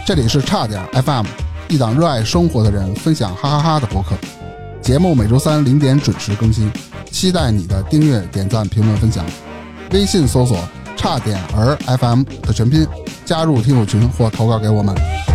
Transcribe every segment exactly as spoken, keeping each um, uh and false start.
这里是差点 F M， 一档热爱生活的人分享哈哈哈的博客。节目每周三零点准时更新，期待你的订阅、点赞、评论、分享。微信搜索差点儿 F M 的全拼，加入听友群或投稿给我们。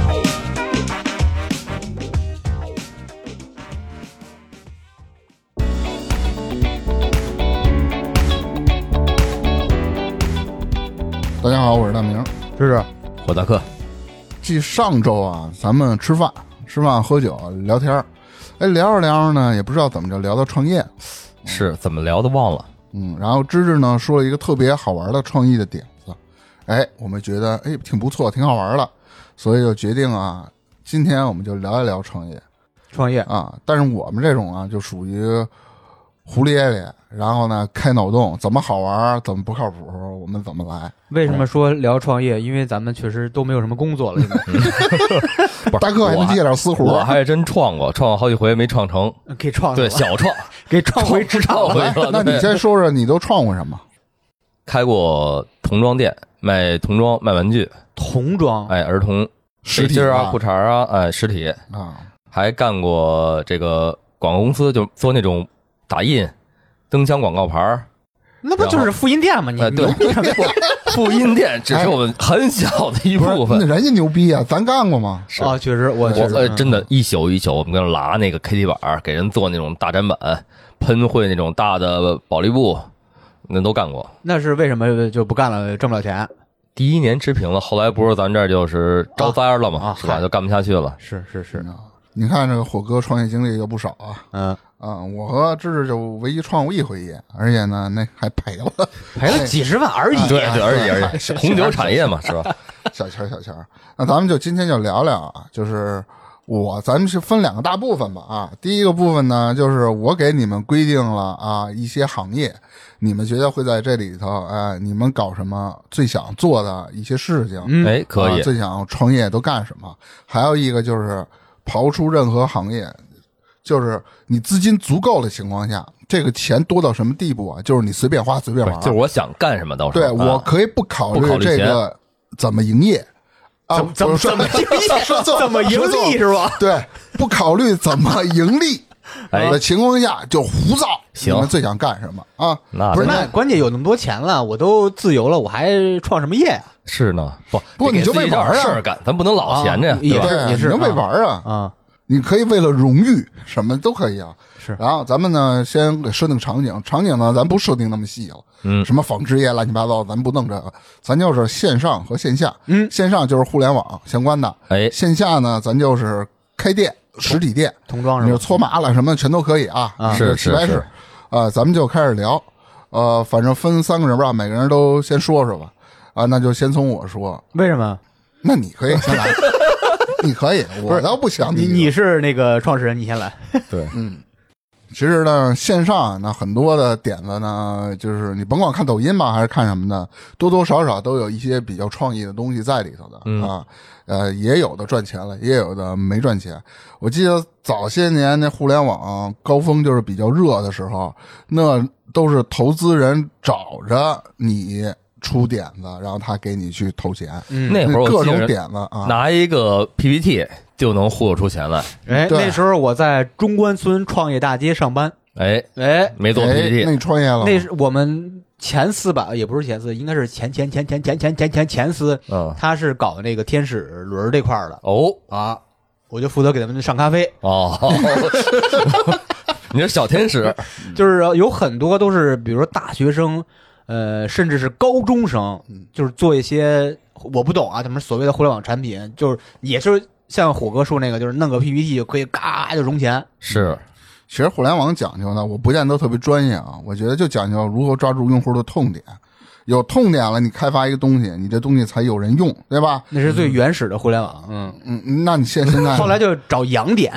大家好，我是大明， 这是火大客。 继上周啊，咱们吃饭、吃饭、喝酒、聊天，哎，聊着聊着呢，也不知道怎么着聊到创业， 是怎么聊的忘了。 嗯，然后芝芝呢说了一个特别好玩的创意的点子，哎，我们觉得哎挺不错，挺好玩的，所以就决定啊，今天我们就聊一聊创业， 创业啊。但是我们这种啊，就属于胡咧咧，然后呢开脑洞，怎么好玩，怎么不靠谱，我们怎么来。 为什么说聊创业？因为咱们确实都没有什么工作了，现在。 不是大哥还能接点私活， 我还真创过，创过好几回没创成， 给创对小创， 给创回职场了。 那你先说说你都创过什么？ 开过童装店，卖童装，卖玩具， 童装， 哎，儿童实体啊、裤衩啊，哎，实体啊， 还干过这个广告公司，就做那种打印、灯箱广告牌。 那不就是复印店吗？你哎，对，复印店只是我们很小的一部分。 那人家牛逼啊，咱干过吗？ 是啊，确实，我确实， 呃，真的，一宿一宿，我们跟拉那个 K T 板，给人做那种大展板，喷绘那种大的保利布，那都干过。 那是为什么就不干了？挣不了钱？ 第一年持平了，后来不是咱这儿就是招灾了嘛， 啊啊、 是吧？就干不下去了。 是是是， 你看这个火哥创业经历就不少啊。 嗯。 啊、嗯，我和芝芝就唯一创过一回业，而且呢，那还赔了， 赔了几十万而已、啊。 对对，而已而已。红酒产业嘛，是吧？ 小钱小钱。那咱们就今天就聊聊啊，就是我咱们是分两个大部分吧啊。第一个部分呢，就是我给你们规定了啊一些行业，你们觉得会在这里头，哎，你们搞什么最想做的一些事情， 嗯，哎，可以、 啊，最想创业都干什么？还有一个就是刨出任何行业。就是你资金足够的情况下，这个钱多到什么地步啊？就是你随便花随便玩， 就是我想干什么倒是。 对、 啊、 我可以不考虑这个怎么营业啊，怎么怎么营业，怎么盈利是吧？ 对，不考虑怎么盈利的情况下就胡造。 行， 你们最想干什么啊？ 那不是，那关键有那么多钱了，我都自由了，我还创什么业啊？ 是呢，不不，你就为玩事儿干，咱不能老闲着呀。 啊、也是也是， 你就为玩啊啊。 你可以为了荣誉什么都可以啊， 是。 然后咱们呢，先给设定场景，场景呢，咱不设定那么细了， 嗯， 什么纺织业乱七八糟，咱不弄这个，咱就是线上和线下， 嗯， 线上就是互联网相关的， 哎， 线下呢，咱就是开店，实体店， 童装是吧？ 你搓麻了什么全都可以啊， 啊是是是， 啊、呃，咱们就开始聊，呃，反正分三个人吧，每个人都先说说吧，啊，那就先从我说， 为什么？ 那你可以先来。你可以，我倒不想你你是那个创始人，你先来。 对， 嗯，其实呢，线上那很多的点子呢，就是你甭管看抖音吧，还是看什么的，多多少少都有一些比较创意的东西在里头的、 嗯、 啊。呃，也有的赚钱了，也有的没赚钱。我记得早些年那互联网高峰就是比较热的时候，那都是投资人找着你出点子，然后他给你去投钱。 嗯，那会儿各种点子啊， 拿一个 P P T 就能忽悠出钱来。 哎，那时候我在中关村创业大街上班。 哎哎， 没做 P P T，、 哎、那你创业了？ 那是我们前司吧，也不是前司，应该是前前前前前前前前前司。 嗯， 他是搞那个天使轮这块的。 哦啊，我就负责给他们上咖啡。 哦。你是小天使， 就是有很多都是，比如说大学生。呃，甚至是高中生，就是做一些我不懂啊，什么所谓的互联网产品，就是也是像火哥说那个，就是弄个 P P T 就可以嘎就融钱。 是， 其实互联网讲究呢，我不见得特别专业啊，我觉得就讲究如何抓住用户的痛点，有痛点了，你开发一个东西，你这东西才有人用，对吧？ 那是最原始的互联网。嗯嗯，那你现现在后来就找阳点。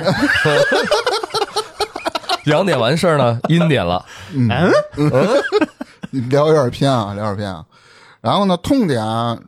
阳点完事儿呢，阴点了。 嗯嗯。聊有点偏啊，聊有点偏啊。然后呢，痛点，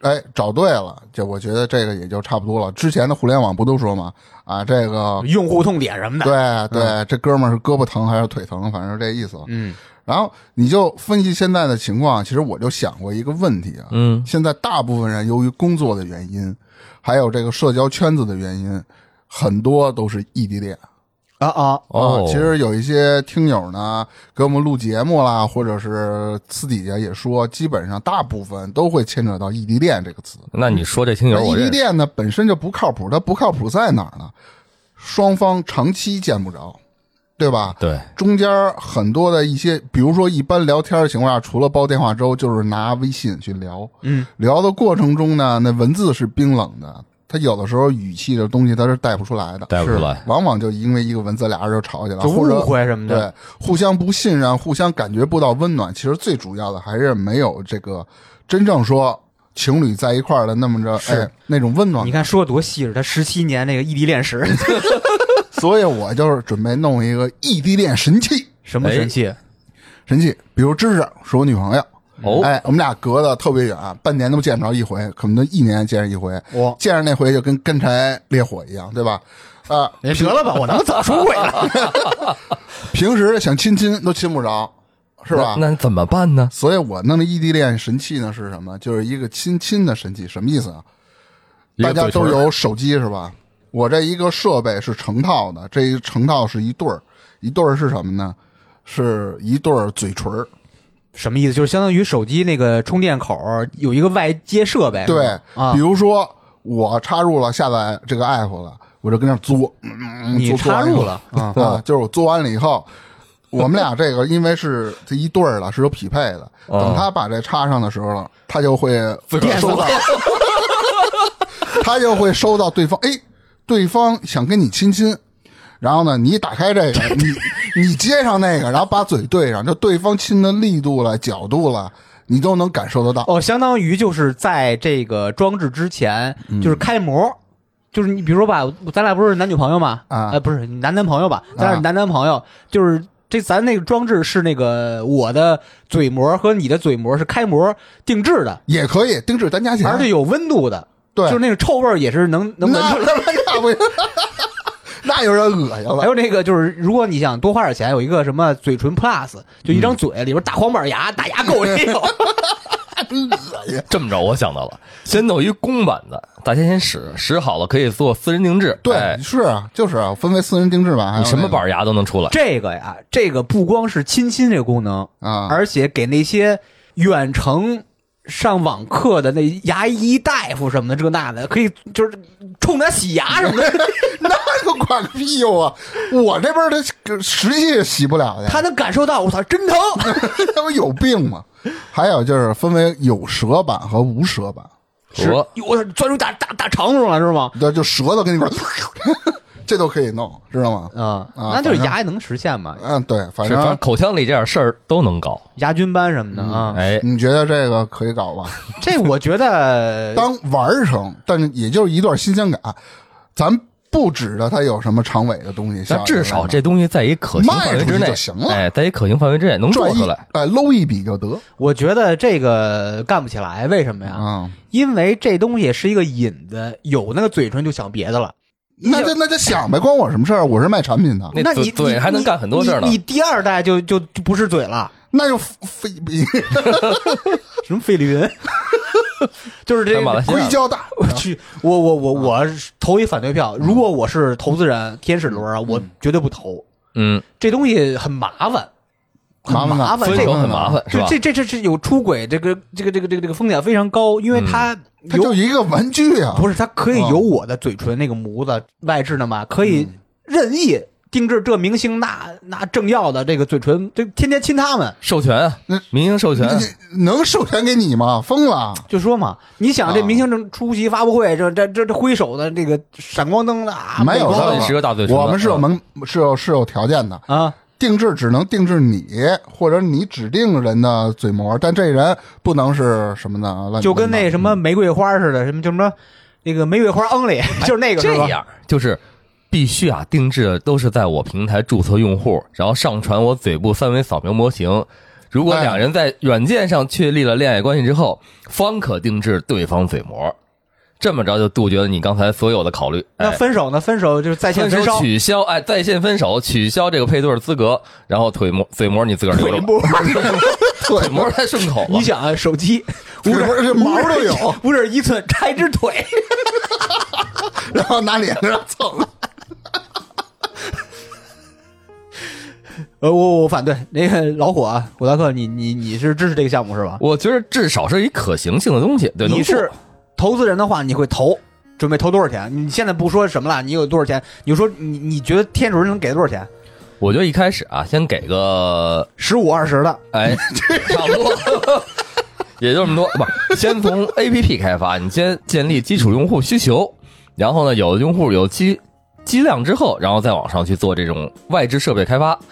哎，找对了，就我觉得这个也就差不多了。之前的互联网不都说嘛，啊，这个用户痛点什么的， 对对，嗯、这哥们儿是胳膊疼还是腿疼，反正是这意思。 嗯， 然后你就分析现在的情况，其实我就想过一个问题啊， 嗯， 现在大部分人由于工作的原因，还有这个社交圈子的原因，很多都是异地恋。 啊啊哦， 其实有一些听友呢给我们录节目啦，或者是私底下也说，基本上大部分都会牵扯到异地恋这个词。 那你说这听友， 异地恋呢本身就不靠谱，它不靠谱在哪儿呢？双方长期见不着，对吧？ 对， 中间很多的一些，比如说一般聊天的情况下，除了煲电话粥，就是拿微信去聊。 嗯， 聊的过程中呢，那文字是冰冷的。他有的时候语气的东西他是带不出来的， 带不出来， 往往就因为一个文字俩人就吵起来了， 就误会什么的， 对，互相不信任，互相感觉不到温暖。其实最主要的还是没有这个真正说情侣在一块儿的那么着，哎，那种温暖。 你看说的多细致，他十七年那个异地恋史， 所以我就是准备弄一个异地恋神器。 什么神器？ 哎、神器，比如芝芝是我女朋友。 哦， 哎，我们俩隔得特别远，半年都见不着一回，可能都一年见着一回。 哦， 见着那回就跟干柴烈火一样，对吧？啊， 得了吧，我他妈早出轨了。 平时想亲亲都亲不着，是吧？ 那, 那怎么办呢？ 所以我弄的异地恋神器呢是什么？就是一个亲亲的神器，什么意思啊？大家都有手机是吧？我这一个设备是成套的，这一成套是一对儿，一对儿是什么呢？是一对儿嘴唇。 什么意思？就是相当于手机那个充电口有一个外接设备， 对， 啊、 比如说我插入了下载这个 app 了，我就跟那作，嗯、 你插入了啊、嗯嗯，就是我做完了以后，我们俩这个因为是这一对儿了，是有匹配的，等他把这插上的时候了，他就会收到，他就会收到对方，哎，对方想跟你亲亲。然后呢，你打开这个，你你接上那个，然后把嘴对上，就对方亲的力度了、角度了，你都能感受得到。 哦，相当于就是在这个装置之前，就是开模，嗯、就是你比如说吧，咱俩不是男女朋友嘛？ 啊， 呃，不是男男朋友吧？咱俩是男男朋友，啊、就是这咱那个装置是那个我的嘴膜和你的嘴膜是开模定制的， 也可以定制单加钱， 而且有温度的， 对， 就是那个臭味也是能能闻出来。 那不。那有点恶心了。 还有那个就是，如果你想多花点钱，有一个什么嘴唇 Plus， 就一张嘴、嗯、里边大黄板牙、大牙垢也有。 这么着，我想到了，先弄一公版的，大家先使，使好了可以做私人定制。 对， 哎、 是啊，就是啊，分为私人定制版， 你什么板牙都能出来。 这个呀，这个不光是亲亲这个功能啊， 而且给那些远程上网课的那牙医大夫什么的，这那的，可以就是冲他洗牙什么的。 那个管个屁用啊！我这边他实际洗不了的， 他能感受到，我操，真疼！ 他不有病吗？还有就是分为有舌版和无舌版。 是，我钻入大大大肠子了是吗？ 对，就舌头跟你块，这都可以弄，知道吗？ 啊、嗯，那就是牙也能实现嘛。 嗯，对，反正反正口腔里这点事儿都能搞， 牙菌斑什么的啊。 嗯、哎， 你觉得这个可以搞吧？ 这我觉得当玩成，但是也就是一段新鲜感，咱。不指着它有什么长尾的东西， 但至少这东西在一可行范围之内就行了。 哎，在一可行范围之内能做出来， 哎，搂一笔就得。 我觉得这个干不起来，为什么呀？ 嗯， 因为这东西是一个引子，有那个嘴唇就想别的了。 那就那就想呗，关我什么事儿？我是卖产品的。 那你对还能干很多事儿呢。 你第二代就就就不是嘴了， 那就菲律宾什么菲律宾？就是这个硅胶大， 我去，我我我我投一反对票。如果我是投资人，天使轮啊，我绝对不投。 嗯， 这东西很麻烦，很麻烦， 这个很麻烦，是吧？ 这这这这有出轨，这个这个这个这个这个风险非常高，因为它它就一个玩具啊， 不是它可以有我的嘴唇那个模子外置的嘛，可以任意。定制这明星那那政要的这个嘴唇，这天天亲他们， 授权啊，明星授权能授权给你吗？疯了！ 就说嘛，你想这明星正出席发布会，这这这这挥手的这个闪光灯的啊， 没有的，是个大嘴唇， 我们是有门是有是有条件的啊。 定制只能定制你或者你指定人的嘴膜，但这人不能是什么呢？ 就跟那什么玫瑰花似的，什么就什么那个玫瑰花 only， 就是那个是吧？ 这样就是。必须啊，定制的都是在我平台注册用户，然后上传我嘴部三维扫描模型， 如果两人在软件上确立了恋爱关系之后，方可定制对方嘴模。这么着就杜绝了你刚才所有的考虑。 那分手呢？分手就是在线分手取消，哎，在线分手，取消这个配对资格，然后腿模嘴模你自个儿留着。 腿模， 腿模太顺口了。 你想啊，手机不是这毛都有， 不是一寸插一只腿， 然后拿脸上蹭。 呃，我我反对那个老火啊，火大克，你你你是支持这个项目是吧？ 我觉得至少是一可行性的东西。对， 你是投资人的话，你会投，准备投多少钱？你现在不说什么了，你有多少钱？你就说你你觉得天主人能给多少钱？ 我觉得一开始啊，先给个十五二十的， 哎，差不多，也就这么多。不，先从 A P P 开发，你先建立基础用户需求，然后呢，有用户有机机量之后，然后再往上去做这种外置设备开发。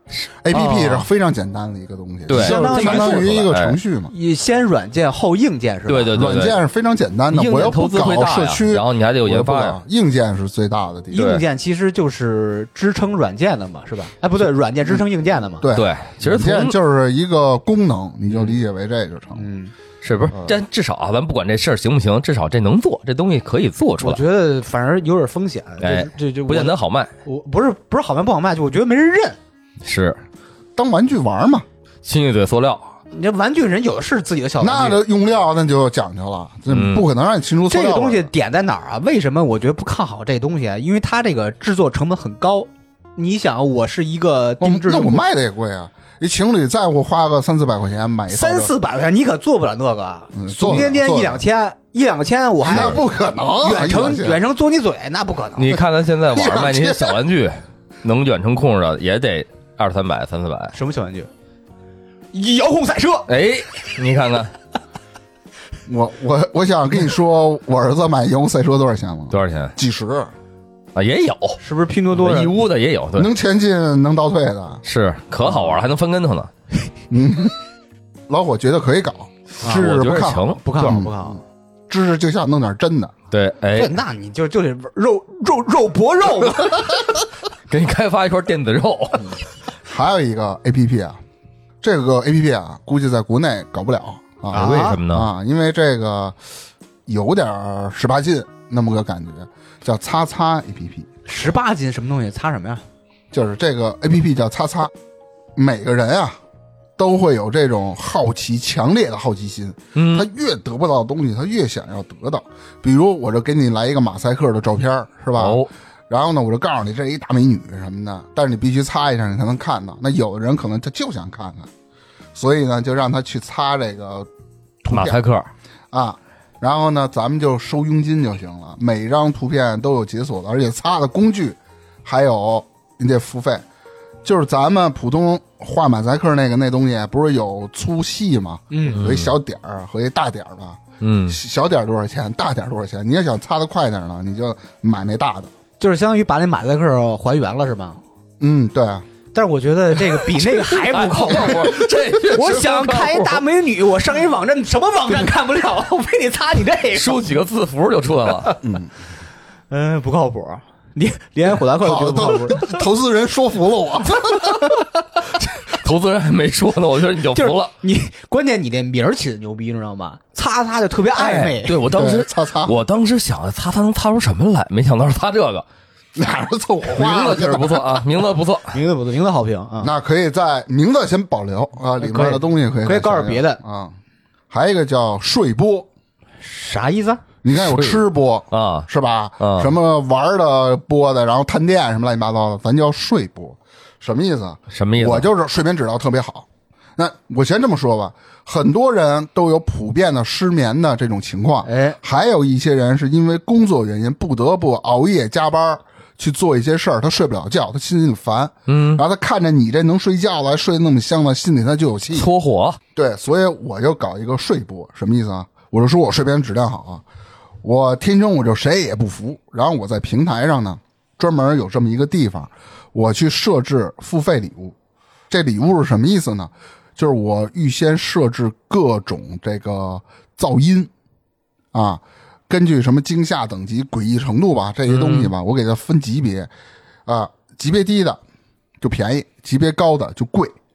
A P P 是非常简单的一个东西， 对， 相当相当于一个程序嘛。 以先软件后硬件是吧？ 对对对， 软件是非常简单的，我要投资会大社区， 然后你还得有研发呀。 硬件是最大的地方。硬件其实就是支撑软件的嘛，是吧？哎，不对，软件支撑硬件的嘛。 对对，其实软件就是一个功能，你就理解为这就成。 嗯， 是不是？但至少啊，咱不管这事儿行不行，至少这能做，这东西可以做出来。 我觉得反而有点风险， 哎， 这这不见得好卖。 我不是不是好卖不好卖，就我觉得没人认。 是。 当玩具玩嘛， 亲一嘴塑料。 你这玩具人有的是自己的小玩具， 那这用料那就讲究了，这不可能让你亲出塑料。 这个东西点在哪儿啊？为什么我觉得不看好这东西啊？因为它这个制作成本很高。你想，我是一个定制， 那我卖的也贵啊。一情侣在乎花个三四百块钱买一三四百块钱，你可做不了那个，总颠颠一两千，一两千我还那不可能， 远程远程嘬你嘴，那不可能。 你看咱现在网上卖那些小玩具，能远程控制的也得二三百、三四百。 什么小玩具？遥控赛车。 哎，你看看， 我我我想跟你说，我儿子买遥控赛车多少钱吗？ 多少钱？ 几十啊，也有， 是不是拼多多义乌的也有，对， 能前进能倒退的， 是可好玩，还能翻跟头呢。 嗯，老伙觉得可以搞，知识不看好， 不看好，不看好。 知识就想弄点真的， 对，哎， 那你就就得肉肉肉搏肉嘛， 给你开发一块电子肉。 还有一个 A P P 啊，这个 A P P 啊，估计在国内搞不了啊， 为什么呢？ 啊，因为这个有点十八禁那么个感觉，叫擦擦 A P P。 十八禁什么东西？擦什么呀？ 就是这个 A P P 叫擦擦，每个人啊都会有这种好奇，强烈的好奇心。嗯，他越得不到东西，他越想要得到。比如我这给你来一个马赛克的照片，是吧？哦。然后呢，我就告诉你这是一大美女什么的，但是你必须擦一下你才能看到。那有的人可能他就想看看，所以呢就让他去擦这个马赛克啊。然后呢，咱们就收佣金就行了。每张图片都有解锁的，而且擦的工具还有你得付费。就是咱们普通画马赛克那个那东西，不是有粗细吗？嗯，有一小点儿和一大点儿吧。 嗯， 小点多少钱，大点多少钱？你要想擦得快点呢，你就买那大的。 就是相当于把那马赛克还原了，是吧？ 嗯，对。 但是我觉得这个比那个还不靠谱。这我想看一大美女，我上一网站，什么网站看不了，我非得擦你这个， 输几个字符就出来了。 嗯嗯，不靠谱。连连火大克都觉得不靠谱， 投资人说服了我。 投资人还没说呢，我觉得你就服了。 你关键你这名儿起的牛逼，你知道吗？擦擦就特别暧昧。 哎、对我当时擦擦， 我当时想擦擦能擦出什么来，没想到是擦这个。 俩人凑合花了，名字就是不错啊，名字不错， 名字不错，名字好评啊。 那可以在名字先保留啊，里面的东西可以可以告诉别的啊。还有一个叫睡播， 啥意思？ 你看有吃播啊， 是吧？ 啊， 什么玩的播的，然后探店什么乱七八糟的，咱叫睡播，什么意思？ 什么意思？ 我就是睡眠质量特别好。那我先这么说吧，很多人都有普遍的失眠的这种情况， 哎， 还有一些人是因为工作原因不得不熬夜加班去做一些事儿，他睡不了觉，他心里烦， 嗯， 然后他看着你这能睡觉了，还睡得那么香了，心里他就有气， 搓火。 对，所以我就搞一个睡播，什么意思啊？我就说我睡眠质量好啊，我天生我就谁也不服，然后我在平台上呢，专门有这么一个地方，我去设置付费礼物。这礼物是什么意思呢？就是我预先设置各种这个噪音啊，根据什么惊吓等级、诡异程度吧，这些东西吧，嗯、我给它分级别啊，级别低的就便宜，级别高的就贵。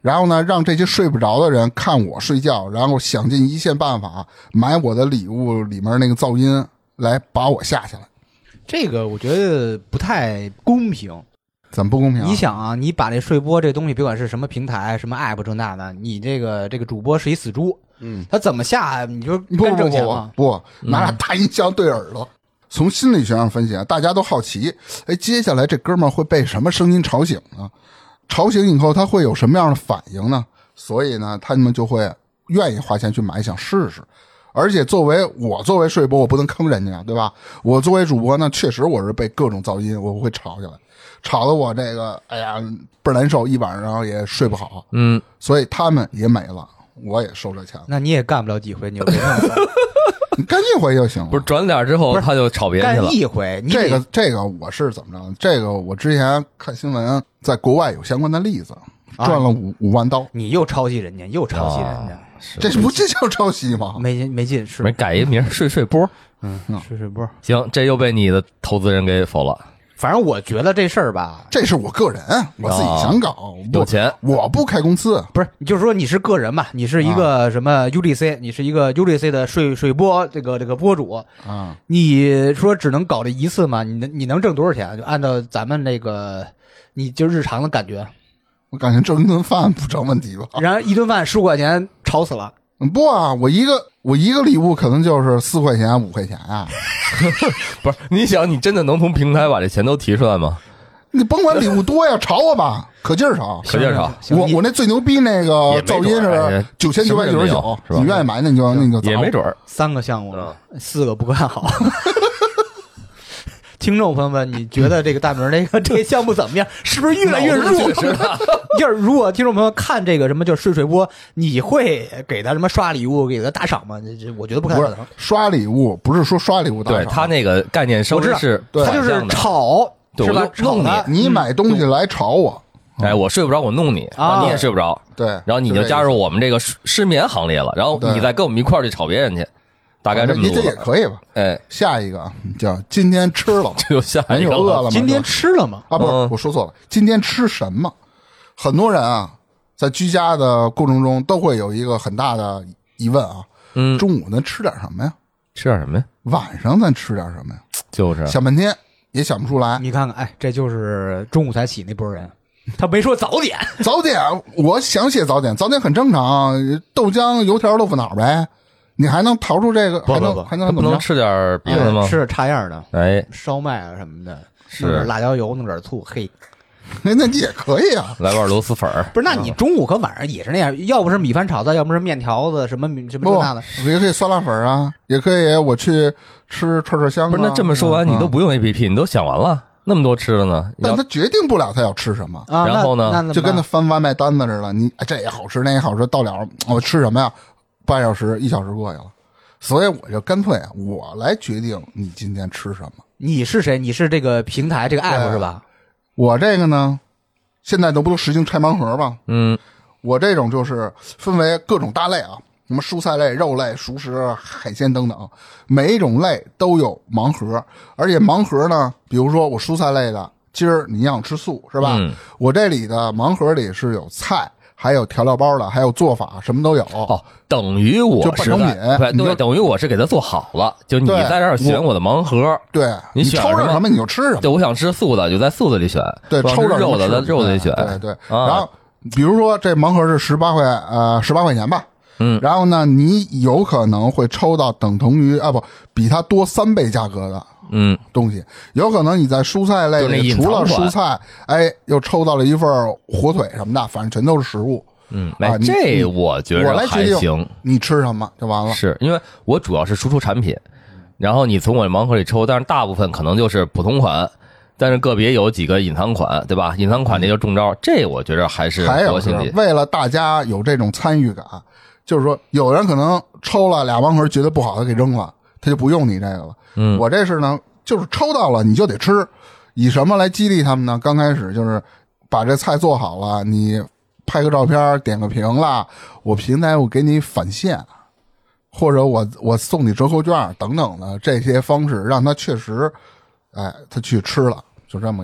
然后呢，让这些睡不着的人看我睡觉，然后想尽一切办法买我的礼物里面那个噪音来把我吓下来。 这个我觉得不太公平。 怎么不公平、啊？ 你想啊，你把这睡播这东西，别管是什么平台、什么 app 这那的，你这个这个主播是一死猪， 嗯， 他怎么下？你说不不不不不，拿俩大音箱对耳朵。嗯、从心理学上分析啊，大家都好奇，哎，接下来这哥们儿会被什么声音吵醒呢？吵醒以后他会有什么样的反应呢？所以呢，他们就会愿意花钱去买，想试试。而且作为我作为睡播，我不能坑人家，对吧？我作为主播呢，确实我是被各种噪音我会吵起来。吵得我这个，哎呀，倍儿难受，一晚上也睡不好。 嗯， 所以他们也没了，我也收这钱了。 那你也干不了几回，你就别弄了。 你干一回就行了。 不是转脸之后他就吵别人去了。 干一回， 这个这个我是怎么着？这个我之前看新闻，在国外有相关的例子，赚了五、啊、五万刀。 你又抄袭人家，又抄袭人家， 啊、 这不这叫抄袭吗？ 没没劲，是没改一名睡睡波。 嗯，睡睡波。 行，这又被你的投资人给否了。 反正我觉得这事儿吧， 这是我个人，我自己想搞，哦、 有钱， 我不开公司， 不是，你就是说你是个人嘛，你是一个什么 U G C，、啊、你是一个 U G C 的水水播这个这个播主啊， 你说只能搞这一次吗？你能你能挣多少钱？就按照咱们那个，你就日常的感觉， 我感觉挣一顿饭不成问题吧？ 然后一顿饭十五块钱，吵死了。 不啊，我一个我一个礼物可能就是四块钱五块钱啊。 不是，你想你真的能从平台把这钱都提出来吗？ 你甭管礼物多呀，吵我吧，可劲儿吵， 可劲儿吵。 我我那最牛逼那个噪音是九千九百九十九，你愿意买那你就那你就也没准儿。 三个项目，四个不看好。听众朋友们，你觉得这个大明这个这个项目怎么样？是不是越来越弱？就是如果听众朋友看这个什么就是睡睡播，你会给他什么刷礼物，给他打赏吗？这我觉得不可能。 刷礼物不是说刷礼物打赏， 对他那个概念稍微是， 他就是炒，是吧？ 弄你， 你买东西来炒我， 哎，我睡不着，我弄你，啊，你也睡不着， 对， 然后你就加入我们这个失眠行列了，然后你再跟我们一块儿去炒别人去。大概这么多，这也可以吧？ 哎， 下一个叫今天吃了吗？ 这又下一个饿了吗？ 今天吃了吗？ 啊，不是，我说错了。今天吃什么？很多人啊，在居家的过程中都会有一个很大的疑问啊。 嗯， 中午咱吃点什么呀？ 吃点什么呀？ 晚上咱吃点什么呀？ 就是想半天也想不出来。 你看看，哎，这就是中午才起那波人。他没说早点， 早点，我想写早点，早点很正常，豆浆、油条、豆腐脑呗。你还能逃出这个？ 不还能不不还能不能吃点别的吗？ 吃点差样的， 哎， 烧麦啊什么的， 是辣椒油，弄点醋，嘿， 那那也可以啊。 来碗螺蛳粉儿， 不是？那你中午和晚上也是那样，要不是米饭炒蛋，要不是面条子，什么什么这那的， 也可以酸辣粉啊，也可以我去吃串串香、啊。 不是，那这么说完，你都不用 A P P，、嗯、你都想完了。那么多吃的呢， 但他决定不了他要吃什么， 啊、 然后呢， 那就跟他翻外卖单子似的，你这也好吃，那也好吃，到了我吃什么呀？半小时、一小时过去了，所以我就干脆我来决定你今天吃什么。 你是谁？你是这个平台这个 app 是吧？ 我这个呢，现在都不都实行拆盲盒吗？ 嗯， 我这种就是分为各种大类啊。什么蔬菜类、肉类、熟食、海鲜等等，每一种类都有盲盒，而且盲盒呢，比如说我蔬菜类的，今儿你想吃素是吧？ 嗯、 我这里的盲盒里是有菜，还有调料包的，还有做法，什么都有。 哦，等于我是就半成品，对，等于我是给他做好了，就你在这儿选我的盲盒， 对， 你选抽着什么你就吃什么。 对，我想吃素的，就在素的里选； 对，抽着肉的在肉的里选。 对对。 啊、 然后比如说这盲盒是十八块，呃，十八块钱吧。 嗯， 然后呢，你有可能会抽到等同于啊不比它多三倍价格的嗯东西，有可能你在蔬菜类里除了蔬菜，哎，又抽到了一份火腿什么的，反正全都是食物。 嗯，啊，这我觉得还行。 你吃什么就完了。 是因为我主要是输出产品，然后你从我盲盒里抽，但是大部分可能就是普通款。但是个别有几个隐藏款，对吧？隐藏款那就中招，这我觉得还是还有是为了大家有这种参与感。就是说，有人可能抽了俩盲盒，觉得不好，他给扔了，他就不用你这个了。 嗯， 我这是呢，就是抽到了你就得吃，以什么来激励他们呢？刚开始就是把这菜做好了，你拍个照片，点个评了，我平台我给你返现，或者我我送你折扣券等等的这些方式，让他确实，哎，他去吃了，就这么意思。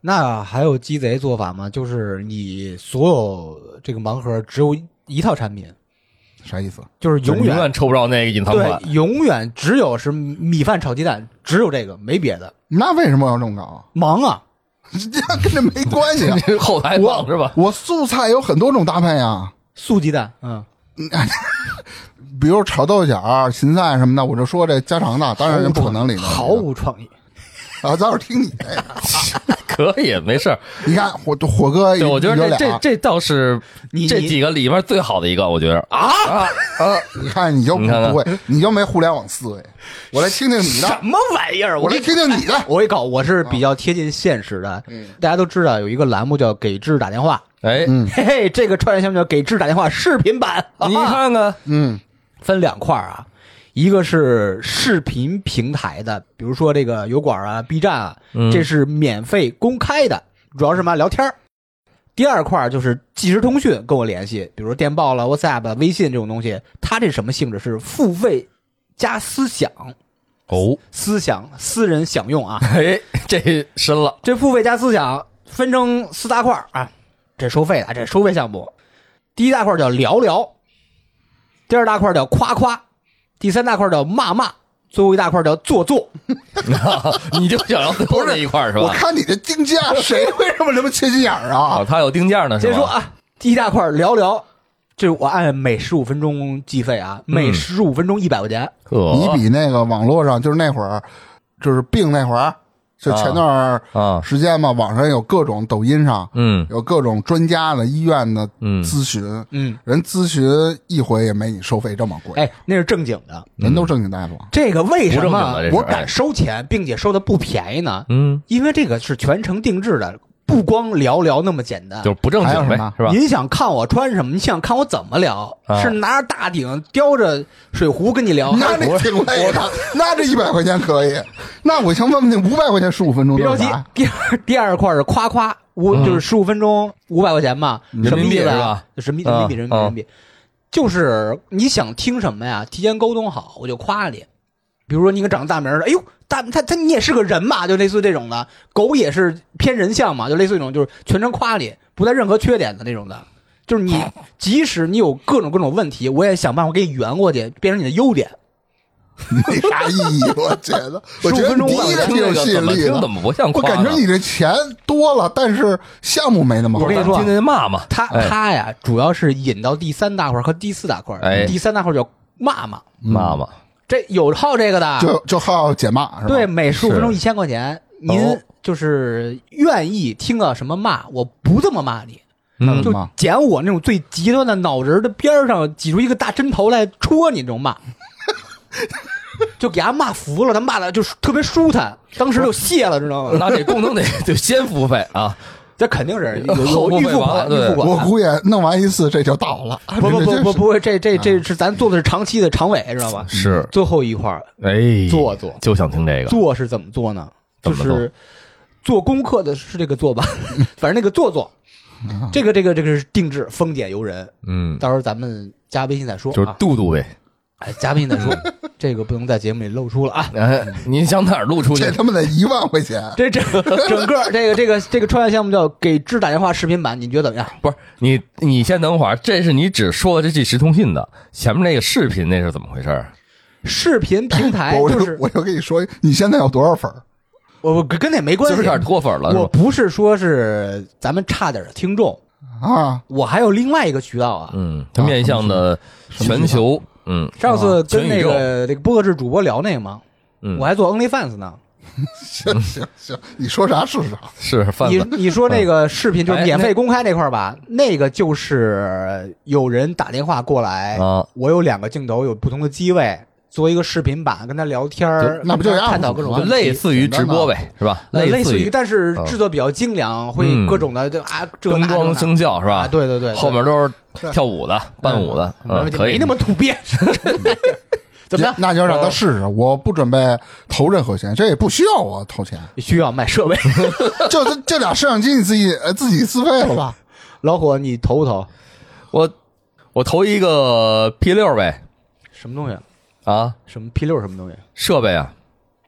那还有鸡贼做法吗？就是你所有这个盲盒只有一套产品， 啥意思？ 就是永远永远抽不着那个隐藏对款，， 永远只有是米饭炒鸡蛋，只有这个，没别的。 那为什么要这么搞？ 忙啊！ 这跟这没关系啊这后台榜是吧？ 我素菜有很多种搭配啊， 素鸡蛋，嗯， 比如炒豆角、芹菜什么的，我就说这家常的，当然不可能里面毫无创意。 啊，咱会听你的呀。 可以，没事儿。 你看火火哥， 对，我觉得有俩这这这倒是你这几个里面最好的一个，我觉得啊啊啊！ 你看你就你看看不会，你就没互联网思维。我来听听你的， 什么玩意儿？ 我来听听你的。 我一搞，我是比较贴近现实的。大家都知道有一个栏目叫“给智打电话哎，”， 嘿嘿，这个创业项目叫“给智打电话”视频版。 你看看， 嗯， 分两块啊，一个是视频平台的，比如说这个油管啊、B 站啊， 嗯这是免费公开的，主要是什么聊天儿。第二块就是即时通讯，跟我联系，比如说电报了、WhatsApp 了、微信这种东西，它这什么性质？是付费加思想， 哦， 思想私人享用啊。 哎，这深了， 这付费加思想分成四大块啊，这收费的，这收费项目。第一大块叫聊聊，第二大块叫夸夸，第三大块叫骂骂，最后一大块叫做做。 你就想要最后那一块是吧？ 我看你这定价，谁为什么这么切心眼儿啊？ 啊，他有定价呢，是吧？ 先说啊，第一大块聊聊，这我按每十五分钟计费啊，每十五分钟一百块钱。 呵你比那个网络上就是那会儿，就是病那会儿，就前段啊， 时间嘛，网上有各种抖音上嗯有各种专家的医院的嗯咨询， 嗯， 人咨询一回也没你收费这么贵， 哎，那是正经的。 人都正经大夫。 这个为什不正经么的这是我敢收钱，并且收的不便宜呢？ 嗯， 因为这个是全程定制的，不光聊聊那么简单。 就是不正经呗还有什么， 是吧？ 您想看我穿什么？你想看我怎么聊？ 啊是拿着大顶叼着水壶跟你聊？ 那还你挺累的，那这一百块钱可以。那我想问问你，五百块钱十五分钟别着急都是啥？， 第二第二块是夸夸，五嗯就是十五分钟五百块钱嘛， 人民币什么意思啊是吧？ 人民啊人民币人民币啊人民币，就是你想听什么呀？提前沟通好，我就夸你。比如说你给长大名儿的，哎呦，大他他你也是个人嘛，就类似于这种的。狗也是偏人像嘛，就类似于这种，就是全程夸你，不带任何缺点的那种的。就是你即使你有各种各种问题，我也想办法给你圆过去，变成你的优点。 没啥意义，我觉得。我觉 15 得分钟第一个挺有吸引力的听怎。么不像我夸呢？ 感觉你这钱多了，但是项目没那么好。 我跟你说听见骂骂， 他哎他呀，主要是引到第三大块和第四大块。 哎第三大块叫骂骂， 骂骂， 这有号这个的。 就就好解骂是吧？ 对，每十五分钟是一千块钱，您哦就是愿意听到什么骂，我不这么骂你，就那怎么骂？ 捡我那种最极端的脑仁儿的边儿上挤出一个大针头来戳你这种骂，就给他骂服了，他骂的就是特别舒坦，当时就谢了，知道吗？ 那这功能得就先付费啊！ 这肯定是有后付费有预付款， 完了对预付款。 我估计弄完一次这就到了。 不不不这不不会，这这这是咱做的是长期的长尾，知道吧？ 是， 最后一块儿哎， 做做就想听这个， 做是怎么做呢？就怎么做是做功课的是这个做吧，反正那个做做，这个这个这个是定制，丰俭由人。 嗯， 到时候咱们加微信再说就是啊， 度度呗。 哎，加微信再说，这个不能在节目里露出了啊。 哎，您想哪儿露出去这？他妈得一万块钱， 这整整个这个这个这个创业项目叫给智打电话视频版，你觉得怎么样？ 不是你，你先等会儿，这是你只说这即时通信的，前面那个视频那是怎么回事？ 视频平台我就是我就跟你说，你现在有多少粉儿？ 我我跟跟那没关系就是有，点脱粉了，是我吧？ 不是说是咱们差点的听众， 啊， 我还有另外一个渠道啊。 嗯，它面向的全球，嗯上次跟那全宇宙个那个播客制主播聊那个嘛， 嗯， 我还做 OnlyFans 呢。 行行行，你说啥是啥。 是贩你子， 你说那个视频就是哎免费公开那块儿吧，那个就是有人打电话过来， 啊， 我有两个镜头，有不同的机位，做一个视频版跟他聊天儿， 那不就跟他一样吗探讨各种问题类似于直播呗，是吧？ 呃类似于，但是制作比较精良，会嗯各种的就啊这那灯光那声效是吧？ 啊，对对对，对后面都是跳舞的、伴舞的，嗯，可以没那。么土鳖，怎么样？ 那就让他试试。我不准备投任何钱，这也不需要我投钱。 需要买设备， 就这这俩摄像机，你自己呃自己自费了吧？ 老火你投不投？ 我我投一个 P 六呗， 什么东西？ 啊， 什么 P 六什么东西？ 设备啊，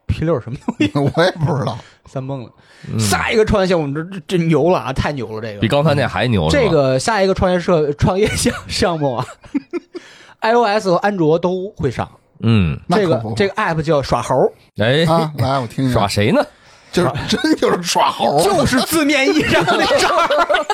P 六什么东西？ 我也不知道。 三蹦了。下一个创业项目这这这牛了啊，太牛了！这个比刚才那还牛。 这个下一个创业社创业项项目啊，iOS 和安卓都会上。 嗯， 这个这个 app 叫耍猴。 哎， 啊，来我听听。 耍谁呢？ 就是真就是耍猴， 就是字面意义上的那种。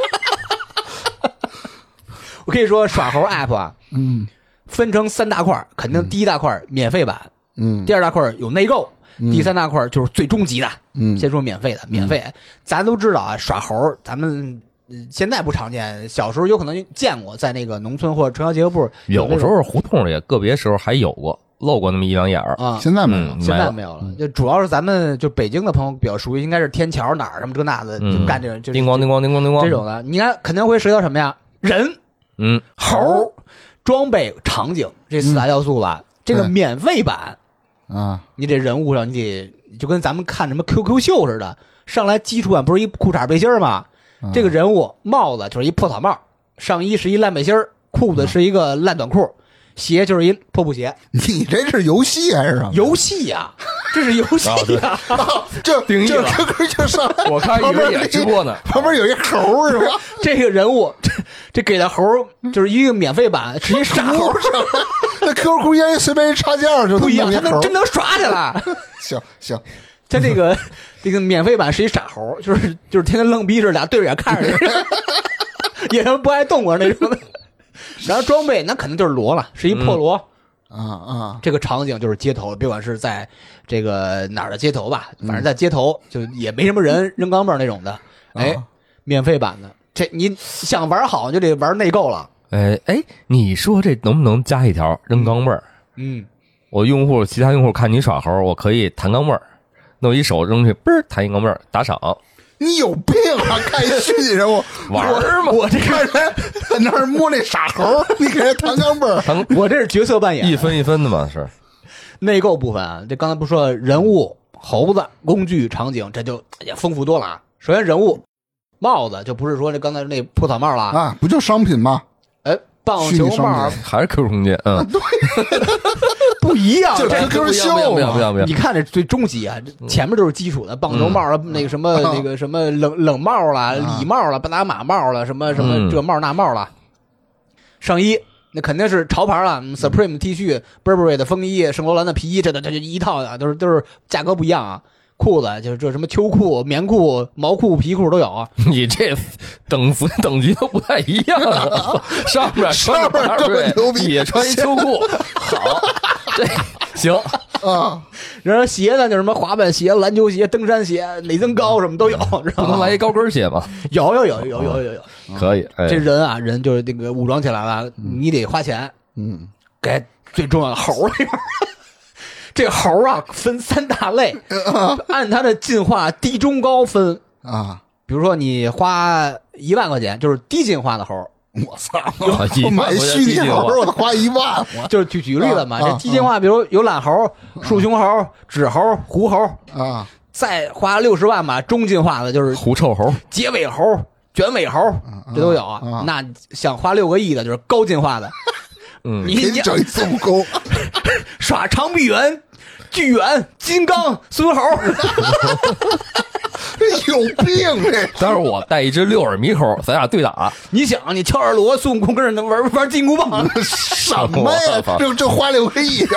我跟你说，耍猴 app 啊， 嗯， 分成三大块，肯定第一大块免费版， 嗯， 第二大块有内购。第三大块就是最终极的， 嗯， 先说免费的，免费，嗯、咱都知道啊，耍猴，咱们现在不常见，小时候有可能见过，在那个农村或者城乡结合部， 有时候胡同里个别时候还有过露过那么一两眼儿啊， 现在没有， 嗯、 现在没有了，就主要是咱们就北京的朋友比较熟悉，应该是天桥哪儿什么这那的， 嗯、 就干这种，就叮咣叮咣叮咣叮咣这种的，你看肯定会涉及到什么呀？人， 嗯， 猴，装备、场景这四大要素吧。嗯、这个免费版啊， 你这人物上你得。就跟咱们看什么 Q Q 秀似的，上来基础版不是一裤衩背心吗？嗯、这个人物帽子就是一破草帽，上衣是一烂背心，裤子是一个烂短裤，鞋就是一破布鞋。 你这是游戏还是什么？ 游戏呀、啊，这是游戏呀、啊啊！这定义了， 这 Q Q 就上来， 我看以为也直播呢， 旁边有一猴是吧？ 这个人物，这这给的猴就是一个免费版，是一傻猴。 那 Q Q 烟随便一插件就不一样，他能真能耍起来。 行行， 他这个这个免费版是一傻猴，就是就是天天愣逼着俩对着眼看着，也是不爱动啊那种的。然后装备那肯定就是罗了，是一破罗。 啊啊！ 这个场景就是街头，别管是在这个哪儿的街头吧，反正在街头就也没什么人，扔钢镚那种的。哎，免费版的，这你想玩好就得玩内购了。 哎哎，你说这能不能加一条扔钢镚儿？ 嗯， 我用户其他用户看你耍猴，我可以弹钢镚儿，弄一手扔去，嘣儿弹一钢镚儿打赏。 你有病啊！看一虚拟人物玩儿吗？ 我这看人在那儿摸那傻猴，你给人弹钢镚儿， 我这是角色扮演， 一分一分的嘛是。 内购部分啊，这刚才不说人物、猴子、工具、场景，这就也丰富多了啊。首先人物，帽子就不是说这刚才那破草帽了啊，不就商品吗？ 哎，棒球帽还是 Q Q 空间，嗯， 啊、对， 不一样， 就 Q Q 秀不要不要不要！ 你看这最终极啊，前面都是基础的，棒球帽了，那个什么那个什么冷冷帽了、礼帽了、巴拿马帽了，什么什么这帽那帽了，上衣那肯定是潮牌了 ，Supreme T 恤、Burberry 的风衣、圣罗兰的皮衣，这这这一套啊，都是都是价格不一样啊。裤子就是这什么秋裤、棉裤、毛裤、皮裤都有啊。 你这等级等级都不太一样啊！上面上面这么牛逼， 也穿一秋裤，好，这行啊。 然后鞋呢，就什么滑板鞋、篮球鞋、登山鞋、内增高什么都有， 不能来一高跟鞋吗？ 有有有有有有有， 可以。 这人啊，人就是这个武装起来了，你得花钱， 嗯， 给最重要的猴里边。这猴啊分三大类，按它的进化低中高分啊。 比如说你花一万块钱，就是低进化的猴。 我操！我买虚拟猴，我得花一万。 就是举举例子嘛， 啊、 这低进化，比如有懒猴、树熊猴、纸猴、狐猴啊， 再花六十万吧，中进化的就是狐臭猴、 结尾猴、卷尾猴，这都有。 啊、 那想花六个亿的，就是高进化的。 嗯， 你你整一孙悟空， 耍长臂猿、巨猿、金刚、孙猴， 有病这！ 但是我带一只六耳猕猴，咱俩对打。 你想，你跳二罗，孙悟空跟人玩玩金箍棒， 什么呀？这这花六个亿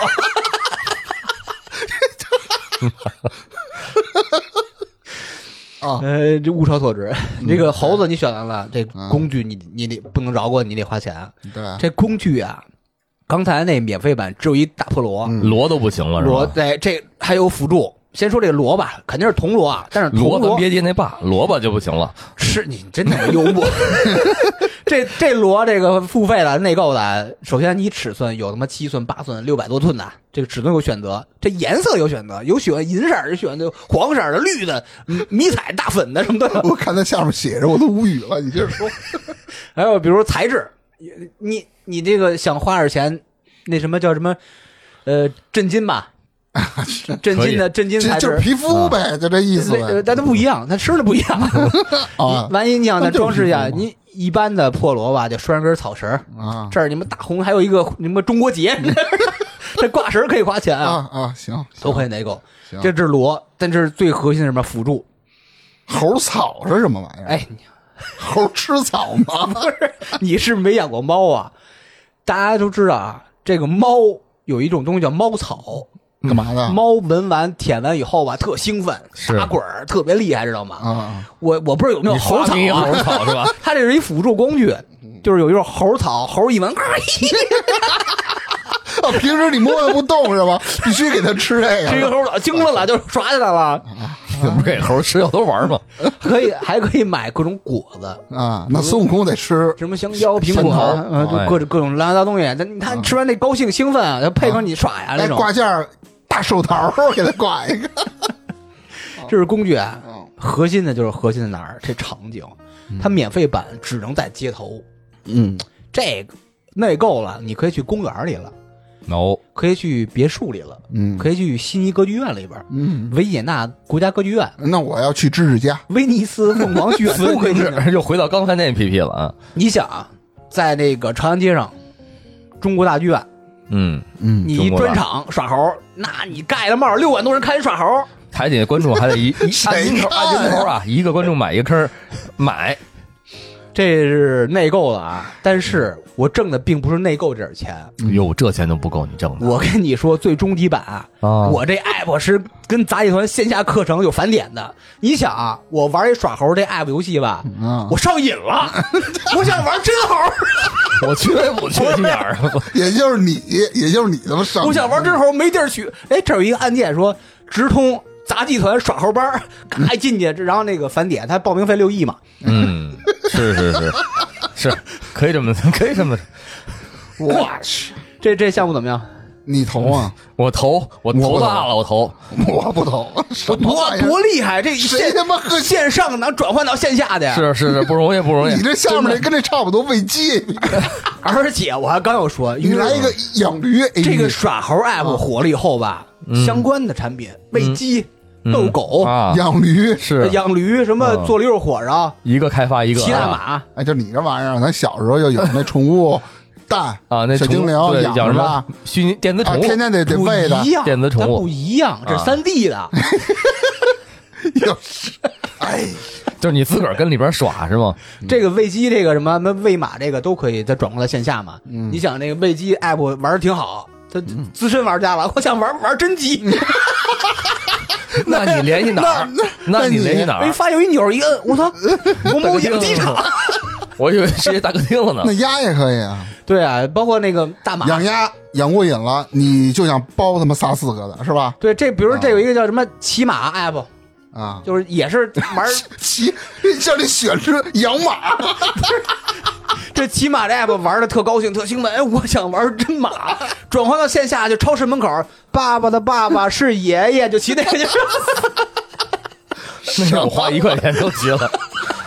啊！ 呃，这物超所值。你这个猴子你选完了，这工具你你得不能饶过，你得花钱。 对， 这工具啊。刚才那免费版只有一大破锣， 锣都不行了，是吧？ 锣对，这还有辅助。先说这个锣吧，肯定是铜锣啊，但是铜锣锣咱别接那把，萝卜就不行了。 是你真的幽默。这这锣这个付费的内购的，首先你尺寸有他妈七寸、八寸、六百多寸的，这个尺寸有选择，这颜色有选择，有喜欢银色的，有喜欢的黄色的、绿的、迷彩、大粉的什么都有。 我看它下面写着，我都无语了。你接着说。 还有比如材质。你你这个想花点钱，那什么叫什么，呃，震金吧，震金的震金材质， 就是皮肤呗，啊、就这意思呗。 但它不一样，它吃的不一样。 啊， 万一你想再装饰一下，你一般的破锣吧，就拴根草绳啊，这儿你们大红还有一个什么中国结， 这挂绳可以花钱啊啊啊，行， 都可以内购。 行， 这是螺，但这是最核心的什么辅助？ 猴草是什么玩意儿？ 哎， 猴吃草吗？ 不是，你是没养过猫啊？大家都知道啊，这个猫有一种东西叫猫草。 干嘛的？ 猫闻完舔完以后吧，特兴奋，打滚儿，特别厉害，知道吗？ 啊， 我我不知道有没有猴草啊？ 猴草是吧？ 它这是一辅助工具，就是有一种猴草，猴一闻， 啊，平时你摸它不动是吧？必须给它吃这个。 这个猴草惊了了，就耍起来了。 不是给猴吃药都玩吗？ 可以，还可以买各种果子啊。那孙悟空得吃什么香蕉、苹果，呃，就各种各种乱七八糟东西。他他吃完那高兴兴奋啊，就配合你耍呀那种。 挂件大手套给他挂一个。 这是工具啊，核心的就是核心在哪儿？这场景，它免费版只能在街头。 嗯， 这个内购了，你可以去公园里了。 no， 可以去别墅里了， 嗯， 可以去悉尼歌剧院里边， 嗯， 维也纳国家歌剧院， 那我要去芝士家， 威尼斯凤凰剧院都可以去。 又回到刚才那 A P P 了啊！ 你想啊，在那个长安街上，中国大剧院， 嗯嗯， 你一专场耍猴，那你盖了帽，六万多人看你耍猴， 还得观众还得一一按金头按金头啊，一个观众买一个坑，买。 这是内购了啊！但是我挣的并不是内购这点钱， 哟，这钱都不够你挣的。 我跟你说，最终极版啊， 啊我这 app 是跟杂技团线下课程有返点的。你想啊，我玩一耍猴这 app 游戏吧， 嗯我上瘾了，我想玩真猴， 我缺不缺心眼儿啊？ 也就是你，也就是你他妈上， 我想玩真猴，没地儿去。哎，这有一个按键说直通杂技团耍猴班，咔一进去，然后那个返点，他报名费六亿嘛。 嗯，是是是是，可以这么可以这么。 我去，这这项目怎么样？ 你投啊？ 我投，我投大了，我投， 我不投。 我多多厉害！这谁他妈和线上能转换到线下的呀？ 是是是，不容易不容易。 你这下面这跟这差不多，喂鸡。 而且我还刚要说， 你来一个养驴， 这个耍猴 app 火了以后吧，相关的产品喂鸡、逗狗、 养驴是养驴，什么坐驴肉火烧， 一个开发一个骑大马。 哎，就你这玩意儿，咱小时候就有那宠物。蛋啊，那小精灵养什么虚拟电子宠物， 天天得得喂的电子宠物不一样，这是三 D 的。 又是，哎， 就是你自个儿跟里边耍是吗？ 这个喂鸡，这个什么喂马，这个都可以再转过来线下嘛。你想那个喂鸡 app 玩的挺好，他资深玩家吧，我想玩玩真鸡。 那你联系哪儿？那你联系哪儿？ 没发有一钮一摁，我操，某某养鸡场。 我以为是一大客厅了呢。 那鸭也可以啊。 对啊，包括那个大马养鸭养过瘾了，你就想包他妈仨四个的是吧？ 对，这比如这有一个叫什么骑马 app 啊， 就是也是玩骑，叫你选是养马。 这骑马这 app 玩的特高兴特兴奋，哎，我想玩真马，转换到线下就超市门口，爸爸的爸爸是爷爷，就骑那个去。 那我花一块钱都骑了。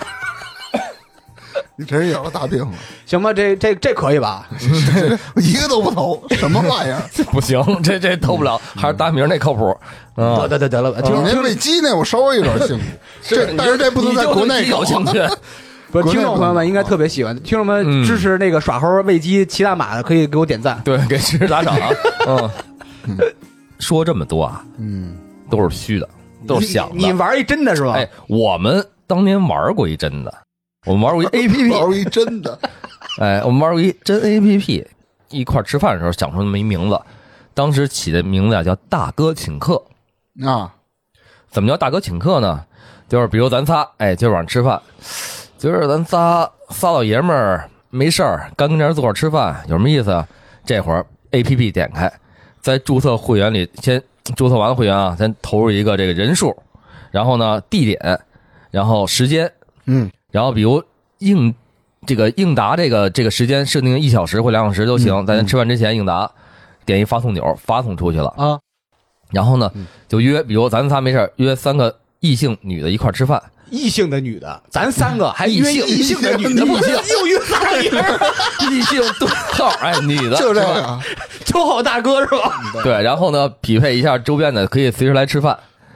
你真是有了大病了， 行吧？这这这可以吧？ 一个都不投，什么玩意儿？ 不行，这这投不了，还是大明那靠谱。 得得得得了吧， 听那喂鸡那我稍微有点兴趣，这但是这不能在国内有兴趣。 不，听众朋友们应该特别喜欢，听众们支持那个耍猴喂鸡骑大马的，可以给我点赞， 对，给支持打赏啊。嗯，说这么多啊，嗯，都是虚的，都是想的。 你玩一真的是吧？ 哎，我们当年玩过一真的。我们玩过一 A P P， 玩过一真的， 哎，我们玩过一真 A P P， 一块吃饭的时候想出那么一名字，当时起的名字啊叫大哥请客啊。 怎么叫大哥请客呢？就是比如咱仨，哎，今儿晚上吃饭，今儿咱仨仨老爷们儿没事儿，干跟这儿坐会儿吃饭，有什么意思啊？这会儿 A P P 点开，在注册会员里先注册完了会员啊，咱投入一个这个人数，然后呢地点，然后时间， 嗯。 然后比如应这个应答这个这个时间设定一小时或两小时都行， 嗯、 在咱吃饭之前应答，点一发送钮发送出去了啊。 然后呢就约，比如咱仨没事约三个异性女的一块吃饭， 异性的女的，咱三个还约异性的女的， 异性又约仨女的， 异性对号，哎，女的就这个， 抽好大哥是吧？ 对，然后呢匹配一下周边的，可以随时来吃饭。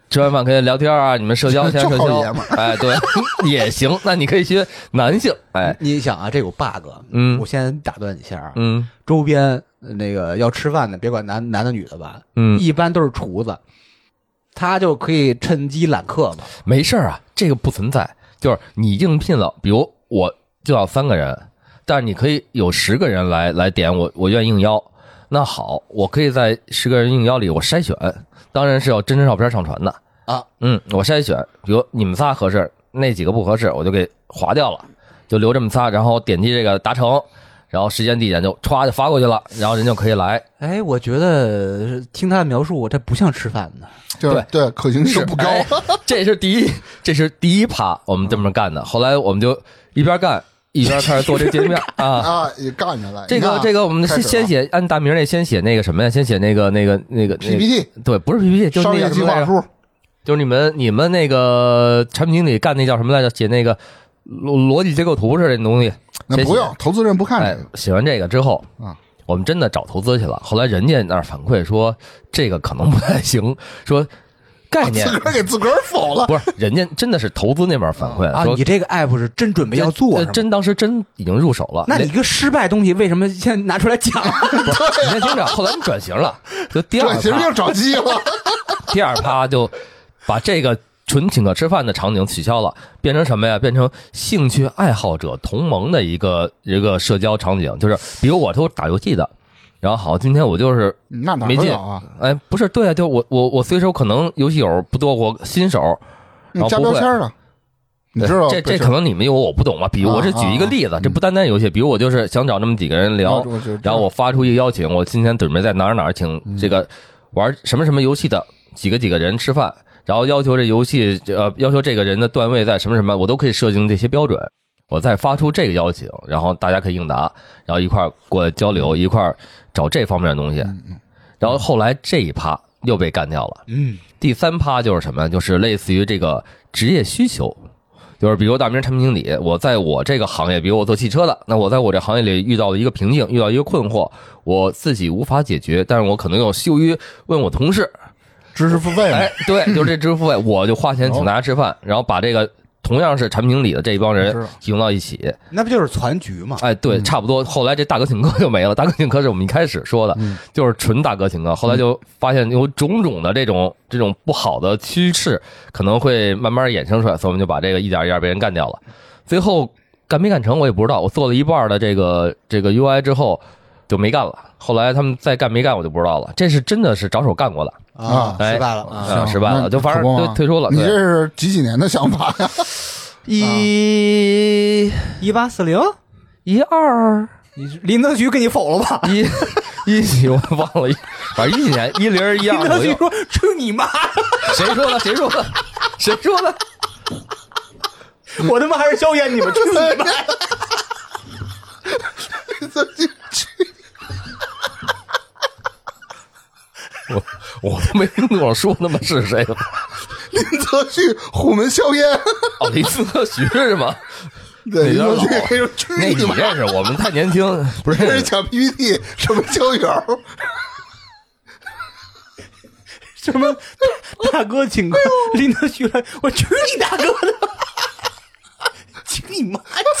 吃完饭可以聊天啊，你们社交先社交就好爷们， 哎，对，也行。那你可以学男性，哎， 你想啊，这有 bug， 嗯我先打断你一下啊， 嗯周边那个要吃饭的，别管男男的女的吧， 嗯， 一般都是厨子，他就可以趁机揽客嘛。 没事儿啊，这个不存在。就是你应聘了，比如我就要三个人，但是你可以有十个人来来点我，我愿意应邀。那好，我可以在十个人应邀里我筛选，当然是要真人照片上传的啊。 嗯，我筛选，比如你们仨合适，那几个不合适，我就给划掉了，就留这么仨，然后点击这个达成，然后时间地点就歘就发过去了，然后人就可以来。 哎，我觉得听他的描述，这不像吃饭的。 就是对可行性不高。 哎，这是第一，这是第一趴，我们这么干的。后来我们就一边干一边开始做这界面啊啊，也干下来。 这个这个，我们先先写按大名那先写那个什么呀？先写那个那个那个 P P T， 对，不是 P P T，就是那个商业计划书， 就是你们你们那个产品经理干那叫什么来着？写那个逻逻辑结构图似的那东西。 那不用，投资人不看这哎个。， 写完这个之后啊， 我们真的找投资去了。后来人家那儿反馈说这个可能不太行，说概念自个儿给自个儿否了。 不是，人家真的是投资那边反馈啊， 说你这个 app 是真准备要做是吗？ 呃真当时真已经入手了。 那你一个失败东西为什么现在拿出来讲？ 你先听着，后来我们转型了，就第二转型就趴， 找鸡了。 第二趴就把这个纯请客吃饭的场景取消了，变成什么呀？变成兴趣爱好者同盟的一个一个社交场景，就是比如我都打游戏的。然后好，今天我就是那哪没劲会有啊？ 哎，不是，对啊，就我我我随手可能游戏友不多，我新手，然你加后不会标签了，你知道这这可能你们有我不懂吧？比如我是举一个例子，这不单单游戏，比如我就是想找那么几个人聊，然后我发出一个邀请，我今天准备在哪儿哪儿请这个玩什么什么游戏的几个几个人吃饭，然后要求这游戏呃要求这个人的段位在什么什么，我都可以设定这些标准。我再发出这个邀请，然后大家可以应答，然后一块儿过来交流，一块儿找这方面的东西。然后后来这一趴又被干掉了。 嗯， 第三趴就是什么？就是类似于这个职业需求，就是比如大名产品经理，我在我这个行业，比如我做汽车的，那我在我这行业里遇到了一个瓶颈，遇到一个困惑，我自己无法解决，但是我可能又羞于问我同事， 知识付费嘛。 哎，对，就是这知识付费，我就花钱请大家吃饭，然后把这个同样是产品经理的这一帮人集中到一起， 那不就是攒局吗？ 哎，对，差不多。后来这大哥请客就没了，大哥请客是我们一开始说的，就是纯大哥请客。后来就发现有种种的这种这种不好的趋势，可能会慢慢衍生出来，所以我们就把这个一点一点被人干掉了。最后干没干成我也不知道，我做了一半的这个这个 U I 之后就没干了。后来他们再干没干我就不知道了，这是真的是着手干过的。 啊， 哎失败了啊！ 啊，失败了，就反正就退出了。 你这是几几年的想法呀？ 一一八四零一二你林德局给你否了吧？ 一一几我忘了，反正一几年一零一二林德左右。 局说：“去你妈！ 谁说的？谁说的？谁说的？ 我他妈还是硝烟你们去你妈！” 我我都没听懂我说他妈是谁了。 林则徐虎门硝烟。 哦，林则徐是吗？ 对，林则那有点老徐去那你你妈！ 认识？我们太年轻，不这是认识。 讲 P P T 什么交友？ 什么大哥请客，林德徐来，我去你大哥的！请你妈！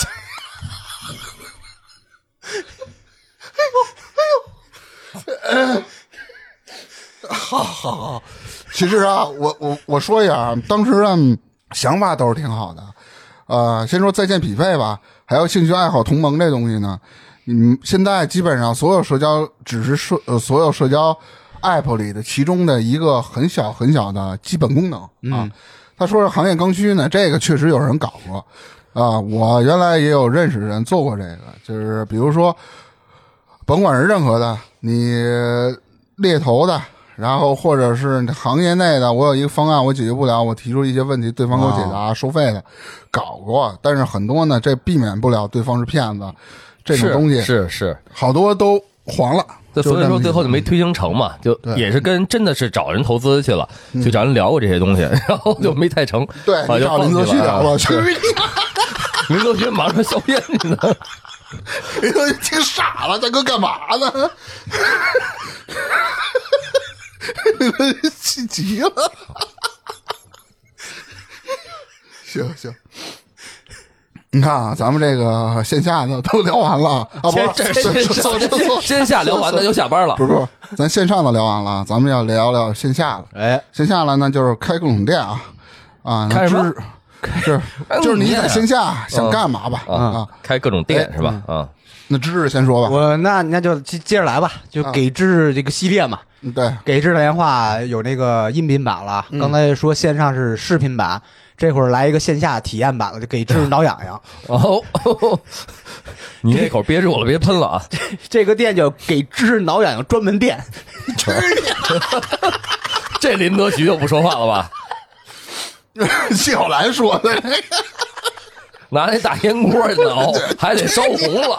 好好好，其实啊，我我我说一下啊，当时的想法都是挺好的。呃，先说在线匹配吧，还有兴趣爱好同盟这东西呢。嗯，现在基本上所有社交只是社呃所有社交 app 里的其中的一个很小很小的基本功能啊。嗯、他说是行业刚需呢，这个确实有人搞过啊。我原来也有认识人做过这个，就是比如说，甭管是任何的，你猎头的。然后或者是行业内的，我有一个方案我解决不了，我提出一些问题，对方给我解答，收费的，搞过。但是很多呢，这避免不了对方是骗子，这种东西是是， 好多都黄了。 所以说最后就没推行成嘛，就也是跟真的是找人投资去了，就找人聊过这些东西，然后就没太成。 对，你找林则徐聊了，去林则徐忙着硝烟去呢。 林则徐听傻了，大哥干嘛呢？气急了。 行行。你看啊，咱们这个线下的都聊完了啊，不是这这这这这线下聊完那就下班了。 不是不是，咱线上的聊完了，咱们要聊聊线下的。 哎， 线下了呢，就是开各种店啊啊， 开什么？ 是就是你在线下想干嘛吧啊？ 开各种店是吧？啊， 那芝芝先说吧。 我那那就接接着来吧，就给芝这个系列嘛。 对， 给芝的电话有那个音频版了，刚才说线上是视频版，这会儿来一个线下体验版了，就给芝挠痒痒。 哦，你那口憋住了，别喷了啊！ 这个店叫给芝挠痒痒专门店。 这林德徐就不说话了吧？ 谢小兰说的， 拿那大烟锅挠，还得烧红了。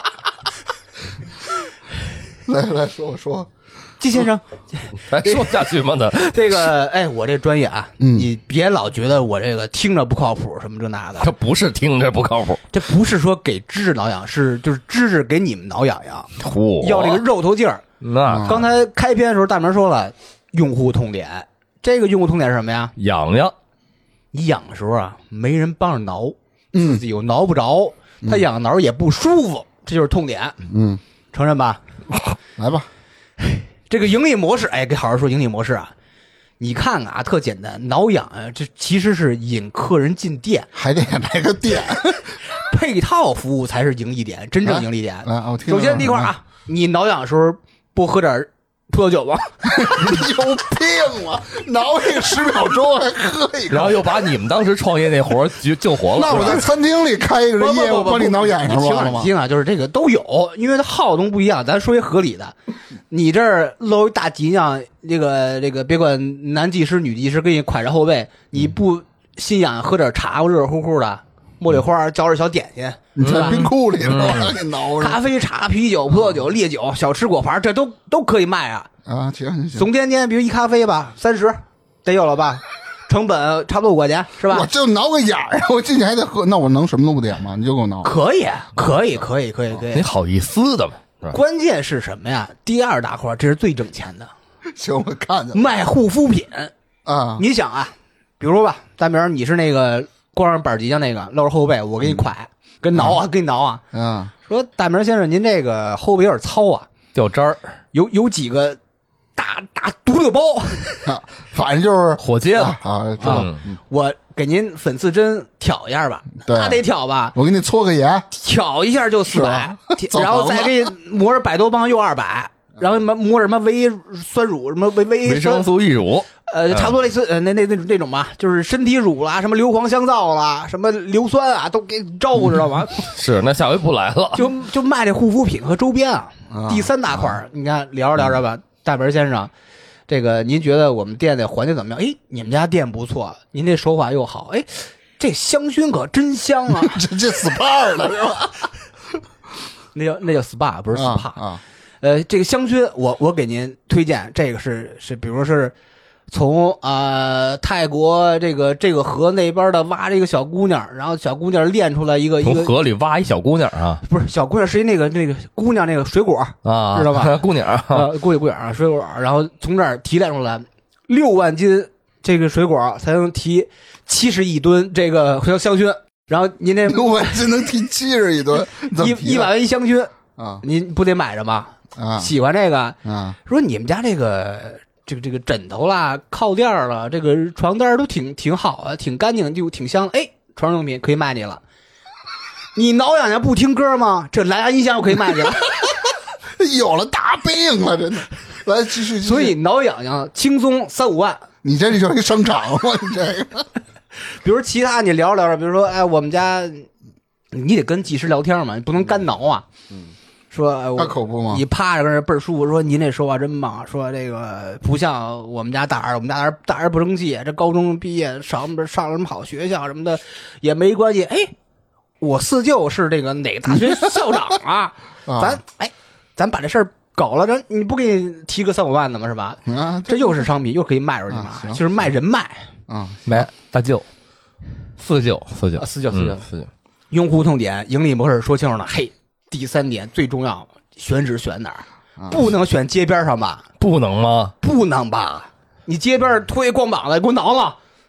来来说说， 季先生， 还说下去吗？呢？ 这个哎，我这专业啊， 嗯你别老觉得我这个听着不靠谱，什么这那的。 这不是听着不靠谱， 这不是说给芝芝挠痒，是就是芝芝给你们挠痒痒， 嚯要这个肉头劲儿。 那刚才开篇的时候，大明说了用户痛点，这个用户痛点是什么呀？ 痒痒， 你痒的时候啊，没人帮着挠，自己又挠不着，他痒挠也不舒服，这就是痛点。 嗯， 承认吧？ 来吧。 这个盈利模式，哎，给好好说盈利模式啊。你看看啊，特简单，挠痒啊，这其实是引客人进店， 还得来个店， 配套服务才是盈利点，真正盈利点。 来，我听。 首先第一块啊，你挠痒的时候不喝点葡萄酒吗？ 有病啊！挠一个十秒钟还喝一个， 然后又把你们当时创业那活儿救救活了。 那我在餐厅里开一个人业务，帮你挠痒痒听完了吗？ 啊听啊，就是这个都有，因为它号东不一样，咱说一合理的。你这儿搂一大脊梁，这个这个，别管男技师女技师给你挎着后背，你不心痒喝点茶，热热乎乎的，茉莉花嚼着小点心， 你在冰库里头给挠着。 咖啡、茶、啤酒、葡萄酒、烈酒、小吃果盘，这都都可以卖啊。 啊，行行行， 总天天，比如一咖啡吧，三十，得有了吧？成本差不多五块钱，是吧？ 我就挠个眼儿，我进去还得喝，那我能什么都不点吗？你就给我挠。 可以，可以，可以，可以，可以你。好意思的吗？ 关键是什么呀？第二大块，这是最挣钱的， 行，我看见了卖护肤品。 啊。 你想啊，比如说吧，大明儿你是那个光上板儿脊梁那个，露着后背，我给你挎，跟挠啊，跟你挠啊。 嗯， 说大明儿先生，您这个后背有点糙啊， 掉渣儿， 有有几个大大毒瘤包， 啊反正就是火箭啊，啊知道嗯我给您粉刺针挑一下吧， 对那得挑吧， 我给你搓个盐， 挑一下就四百， 走然后了再给你磨着百多邦又二百，然后磨磨什么维酸乳什么维维维生素 E 乳， 呃，差不多类似呃那那那那种吧，就是身体乳啦，什么硫磺香皂啦，什么硫酸啊，都给招呼知道吗？ 是那下回不来了。 就就卖这护肤品和周边啊。 啊第三大块儿，你看聊着聊着吧，大门先生，这个您觉得我们店的环境怎么样？哎，你们家店不错，您这手法又好，哎，这香薰可真香啊！ 这这 S P A 了是吧？ 那叫那叫 S P A， 不是 S P A。 啊， 呃，这个香薰，我我给您推荐，这个是是，比如说是从呃泰国这个这个河那边的挖这个小姑娘，然后小姑娘练出来一个一从个， 河里挖一小姑娘啊不是小姑娘，是一那个那个姑娘那个水果， 啊， 知道吧？ 姑娘啊， 呃，姑娘姑娘啊，水果，然后从这儿提炼出来六万斤这个水果才能提七十亿吨这个香香薰，然后您这六万斤能提七十一吨，怎么提的一一百万一香薰， 啊您不得买着吗？ 啊喜欢这个， 啊！ 说你们家这个这个这个枕头啦、靠垫儿啦、这个床单儿都挺挺好啊，挺干净，就挺香。哎，床上用品可以卖你了。你挠痒痒不听歌吗？这蓝牙音箱可以卖你了。 有了大病了，真的。来继续，继续所以挠痒痒轻松三五万。 你这就是一商场吗？你这个比如其他你聊着聊着，比如说哎，我们家你得跟技师聊天嘛，你不能干挠啊。嗯。说，哎我大口不吗？ 你趴着跟那倍儿舒服。说您这说话真棒。说这个不像我们家大儿，我们家大儿大儿不争气，这高中毕业上上了什么好学校什么的也没关系。哎，我四舅是这个哪个大学校长啊？ 啊咱哎，咱把这事儿搞了，咱你不给你提个三五万的吗？是吧？ 啊， 这又是商品，又可以卖出去嘛， 啊行就是卖人脉。 啊， 买大舅，四舅，四舅， 啊四舅四舅嗯四舅， 用户痛点、盈利模式说清楚了。嘿，第三点最重要，选址选哪儿？ 啊不能选街边上吧？ 不能吗？ 不能吧？你街边推光膀子给我挠挠，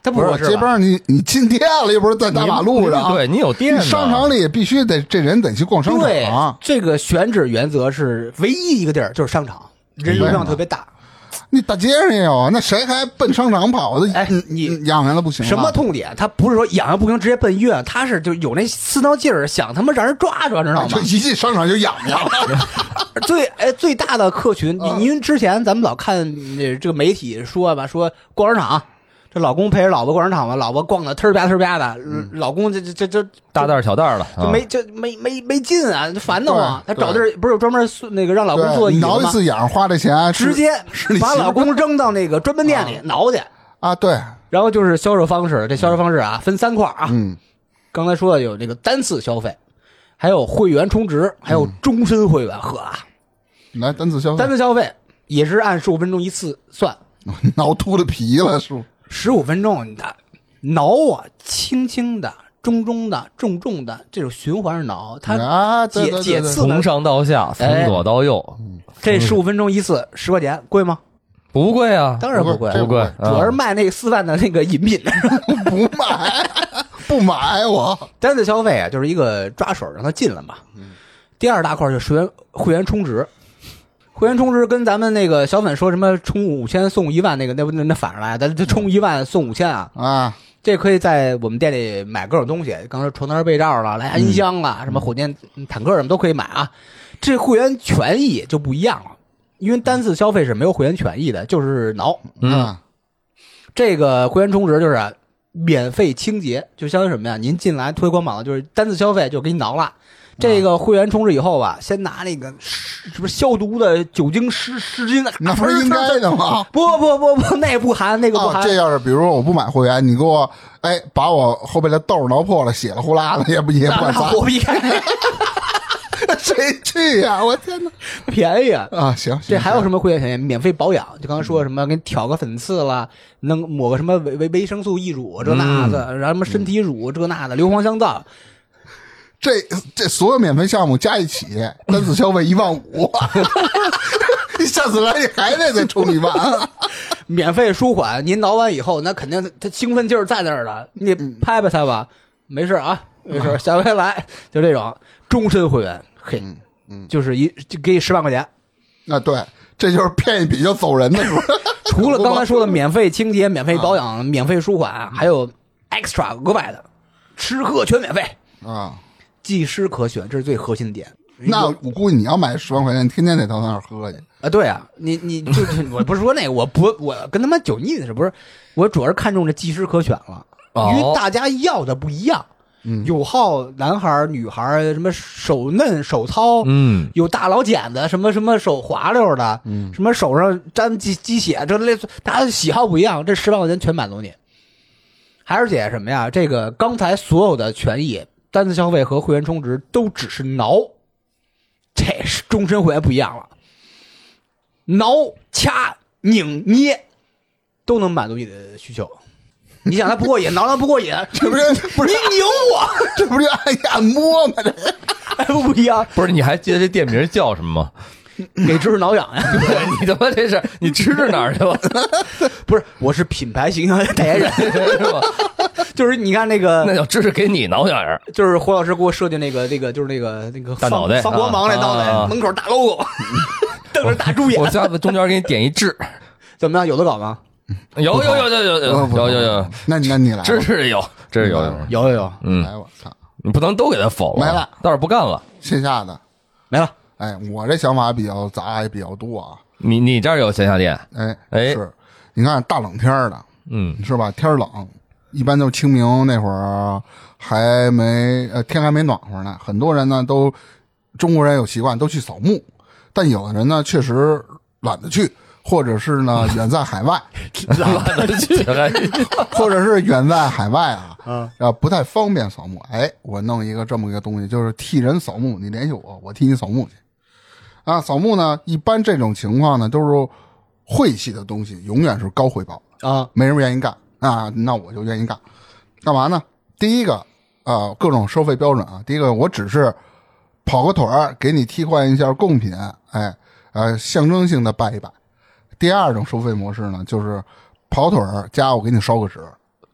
它不合适吧。 街边你你进店了，又不是在大马路上， 对你有店呢， 商场里必须得这人得去逛商对场。 这个选址原则是唯一一个地儿就是商场，人流量特别大。 你大街上也有啊，那谁还奔商场跑的？ 哎，你痒痒的不行了。 什么痛点？他不是说痒痒不行直接奔医院，他是就有那刺挠劲儿，想他妈让人抓抓，知道吗？ 就一进商场就痒痒了。 最哎最大的客群， 嗯因为之前咱们老看这这个媒体说吧，说逛商场，这老公陪着老婆逛商场嘛，老婆逛的忒儿吧忒儿吧的，老公这这这这大袋小袋的， 就没这没没没劲啊，就烦恼啊。他对找地儿不是有专门那个让老公坐椅子吗？ 挠一次痒花这钱， 直接把老公扔到那个专卖店里挠去啊，对， 然后就是销售方式，这销售方式啊分三块啊。 嗯， 刚才说的有这个单次消费，还有会员充值，还有终身会员。呵啊， 来单次消费， 单次消费也是按十五分钟一次算， 挠秃了皮了，是不？ 十五分钟你看挠啊，轻轻的、重重的、重重的这种循环挠，它啊，对解对对对解刺的从上到下，从左到右， 这十五分钟一次十块钱，贵吗？ 不贵啊， 当然不贵， 这不贵， 主要是卖那个四万的那个饮品。 不买，不买我。 单次消费啊，就是一个抓手让他进来嘛。第二大块就是会员会员充值，会员充值跟咱们那个小粉说什么充五千送一万那个那不那那反着来，咱这充一万送五千啊。 啊， 这可以在我们店里买各种东西，刚才床单被罩了，来音箱了，什么火箭坦克什么都可以买啊。这会员权益就不一样了，因为单次消费是没有会员权益的，就是挠。 嗯， 这个会员充值就是免费清洁，就相当于什么呀？您进来推光膀子，就是单次消费就给你挠了。这个会员充值以后吧，先拿那个什么消毒的酒精湿湿巾， 那不是应该的吗？ 不不不不，那不含，那个不含。 哦，这要是比如说我不买会员，你给我哎把我后边的豆挠破了，血了呼啦的，也不也不管擦。 活逼开， 谁去呀？我天哪！ 便宜啊！ 啊，行， 这还有什么？ 么会员权益？免费保养，就刚才说什么，给你挑个粉刺了，弄抹个什么维维维生素 E 乳这那的，然后什么身体乳这那的，硫磺香皂。 这这所有免费项目加一起，单次消费一万五。你下次来你还得再充一万。 免费舒缓，您挠完以后，那肯定他兴奋劲儿在那儿了，你拍拍他吧，没事啊，没事，下回来就这种终身会员，嘿， 嗯嗯， 就是一就给你十万块钱。 啊，对，这就是骗一笔就走人的时候。 除了刚才说的免费清洁、免费保养、免费舒缓，还有 extra 额外的，吃喝全免费， 啊， 技师可选，这是最核心的点。 那我估计你要买十万块钱，天天得到那儿喝去。 啊，对啊，你你就是我不是说那个，我不我跟他妈酒腻的是不是？我主要是看中这技师可选了， 哦因为大家要的不一样。 嗯， 有好男孩女孩什么手嫩手糙， 嗯， 有大老茧子，什么什么手滑溜的， 嗯， 什么手上沾鸡鸡血，这类大家喜好不一样，这十万块钱全满足你。而且什么呀？这个刚才所有的权益，单次消费和会员充值都只是挠，这是终身会员不一样了，挠、掐、拧、捏都能满足你的需求。你想他不过瘾，挠他不过瘾， 这不是不是你拧我， 这不是按按摩吗？这还不一样， 不是，你还记得这店名叫什么吗？ 给知识挠痒呀。 你他妈这是你知识哪儿去了？ 不是，我是品牌形象代言人， 是吧？ 就是你看那个， 那叫知识给你挠痒痒。 就是胡老师给我设计那个那个就是那个那个大脑袋放光芒那脑袋， 啊门口大 logo， 瞪着大猪眼我，下次中间给你点一痣。 怎么样？有的搞吗？ 有有有有有有有有有， 那那你来吧， 知识有，知识有有。 有有有， 嗯， 来，我操， 你不能都给他否没了， 倒是不干了。 线下的， 没了。 哎，我这想法比较杂，也比较多啊。 你你这儿有线下店？ 哎哎是，你看大冷天的， 嗯是吧？天冷，一般都清明那会儿还没呃天还没暖和呢，很多人呢都中国人有习惯都去扫墓，但有的人呢确实懒得去，或者是呢远在海外， 懒得去还或者是远在海外啊， 嗯啊不太方便扫墓。哎，我弄一个这么一个东西，就是替人扫墓，你联系我，我替你扫墓去。啊，扫墓呢，一般这种情况呢都是晦气的东西，永远是高回报。 啊， 没人愿意干啊，那我就愿意干。干嘛呢？第一个啊，各种收费标准啊。第一个，我只是跑个腿儿，给你替换一下贡品，哎，呃，象征性的拜一拜。第二种收费模式呢，就是跑腿儿加我给你烧个纸，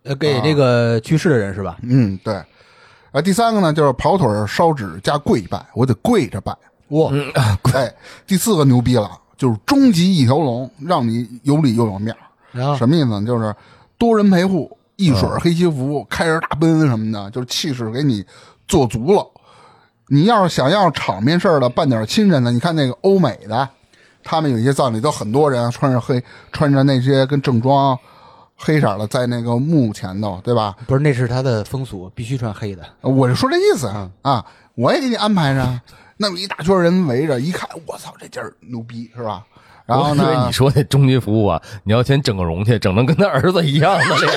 呃，给这个去世的人是吧？ 嗯，对。啊，第三个呢就是跑腿烧纸加跪拜，我得跪着拜。 哇， 哎，第四个牛逼了，就是终极一条龙，让你有里又有面儿。 啊、 什么意思呢？就是多人陪护，一水黑西服，开着大奔什么的，就是气势给你做足了。你要是想要场面事儿的，办点亲人的，你看那个欧美的，他们有一些葬礼都很多人穿着黑，穿着那些跟正装黑色的，在那个墓前头，对吧？ 不是，那是他的风俗，必须穿黑的。 我就说这意思啊，啊，我也给你安排着。那么一大圈人围着，一看，我操，这劲儿牛逼，是吧？然后呢？ 我以为你说那终极服务啊，你要先整个容去，整成跟他儿子一样的脸，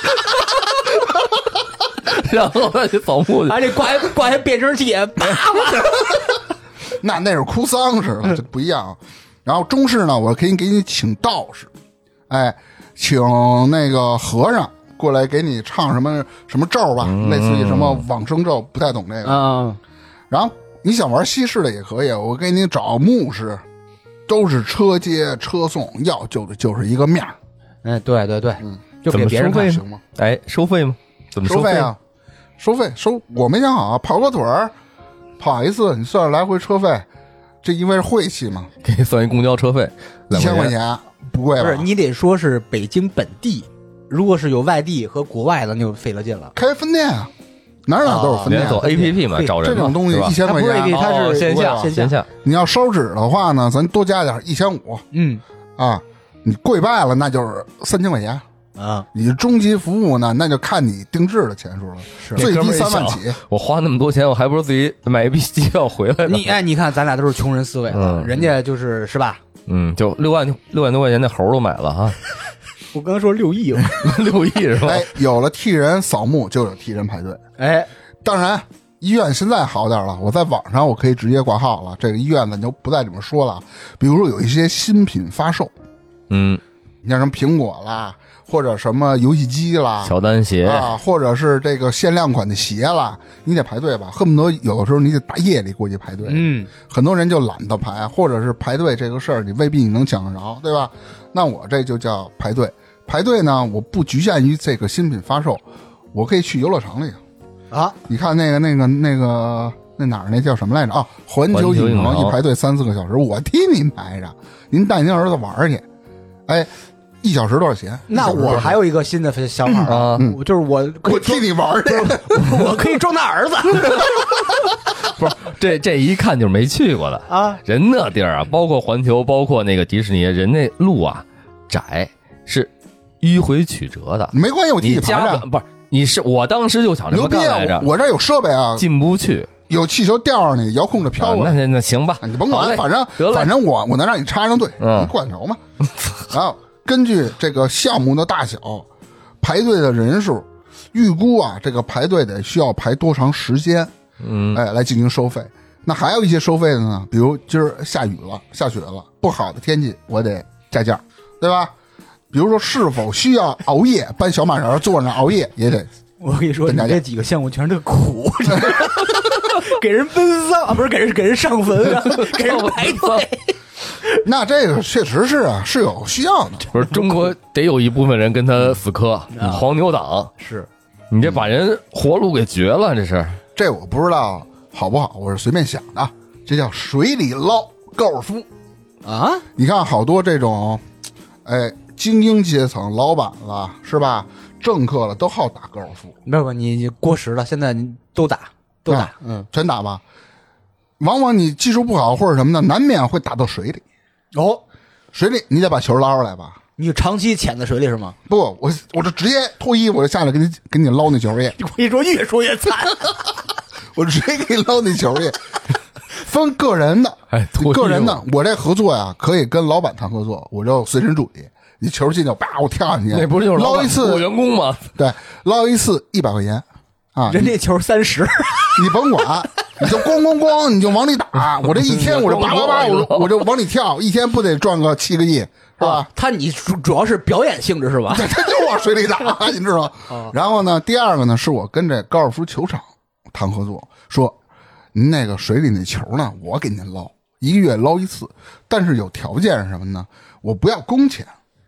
然后再去扫墓去， 还得挂挂些变声器，啪那那是哭丧似的，这不一样。然后中式呢，我可以给你请道士，哎，请那个和尚过来给你唱什么什么咒吧， 嗯、 类似于什么往生咒，不太懂这个。 嗯， 然后你想玩西式的也可以，我给你找牧师，都是车接车送，要就就是一个面儿。 哎，对对对， 嗯， 就给别人看行吗？ 哎，收费吗？怎么费收啊？收费收，我没想好啊，跑个腿儿，跑一次，你算来回车费，这因为是晦气嘛， 给你算一公交车费， 一千块钱不贵吧？ 不是，你得说是北京本地，如果是有外地和国外的，那就费了劲了。 开分店啊。哪儿哪儿都有分店， 走 A P P 嘛，找人这种东西一千块钱， 它不是 A P P， 它是线下线下。 你要烧纸的话呢，咱多加点一千五。 嗯啊，你跪拜了那就是三千块钱啊。 你终极服务呢，那就看你定制的钱数了， 是最低三万起。 我花那么多钱，我还不如自己买一批机票回来呢。 你哎，你看咱俩都是穷人思维， 嗯、 人家就是是吧？ 嗯，就六万六万多块钱那猴都买了哈。 我刚才说六亿， 六亿是吧？ 哎，有了替人扫墓，就有替人排队。 哎。 当然，医院现在好点了，我在网上我可以直接挂号了。这个医院咱就不在里面说了。比如说有一些新品发售， 嗯， 你像什么苹果啦，或者什么游戏机啦， 乔丹鞋啊，或者是这个限量款的鞋啦，你得排队吧？恨不得有的时候你得大夜里过去排队。 嗯， 很多人就懒得排，或者是排队这个事儿，你未必你能抢得着，对吧？那我这就叫排队。排队呢，我不局限于这个新品发售，我可以去游乐场里。 啊， 你看那个那个那个那哪儿那叫什么来着啊？环球影城一排队三四个小时，我替您排着，您带您儿子玩去，哎，一小时多少钱？ 那我还有一个新的想法啊，嗯、就是我我替你玩去， 我可以装他儿子。 不是，这这一看就是没去过的啊， 人那地儿啊，包括环球，包括那个迪士尼，人那路啊窄，是迂回曲折的。 没关系，我替你排着。 不是。你是我当时就想这么干来着， 我这有设备啊， 进不去， 有气球吊上你，遥控着飘啊。那那那行吧， 你甭管，反正反正我我能让你插上队， 嗯， 你管着嘛。然后根据这个项目的大小、排队的人数，预估啊，这个排队得需要排多长时间， 嗯， 哎，来进行收费。那还有一些收费的呢，比如今儿下雨了、下雪了，不好的天气，我得加价，对吧？比如说，是否需要熬夜搬小马扎坐那熬夜也得。 我跟你说，你这几个项目全是个苦，给人奔丧啊，不是给人给人上坟啊，给人排队。 那这个确实是啊，是有需要的。 不是中国得有一部分人跟他死磕， 嗯、 黄牛党是， 你这把人活路给绝了，这是。 这我不知道好不好，我是随便想的。这叫水里捞高尔夫啊！ 你看好多这种，哎。精英阶层、老板了是吧？政客了都好打高尔夫。 没有吧？你你过时了，现在你都打，都打，啊、 嗯，全打吧。往往你技术不好或者什么的，难免会打到水里。 哦， 水里你得把球捞出来吧？ 你长期潜在水里是吗？ 不，我我就直接脱衣服我就下来给你给你捞那球去。 我跟你说，越说越惨。 我直接给你捞那球去。分个人的， 哎， 个人的，我这合作呀，可以跟老板谈合作，我就随身注意。你球进去，叭，我跳进去， 那不是就是捞一次员工吗？ 对，捞一次一百块钱啊！ 人这球三十， 你甭管，你就咣咣咣，你就往里打。我这一天我这叭叭叭，我我就往里跳，一天不得赚个七个亿，是吧？ 啊、他你主主要是表演性质是吧？ 他就往水里打，你知道吗？ 啊、 然后呢，第二个呢，是我跟这高尔夫球场谈合作，说您那个水里那球呢，我给您捞，一个月捞一次，但是有条件是什么呢？我不要工钱。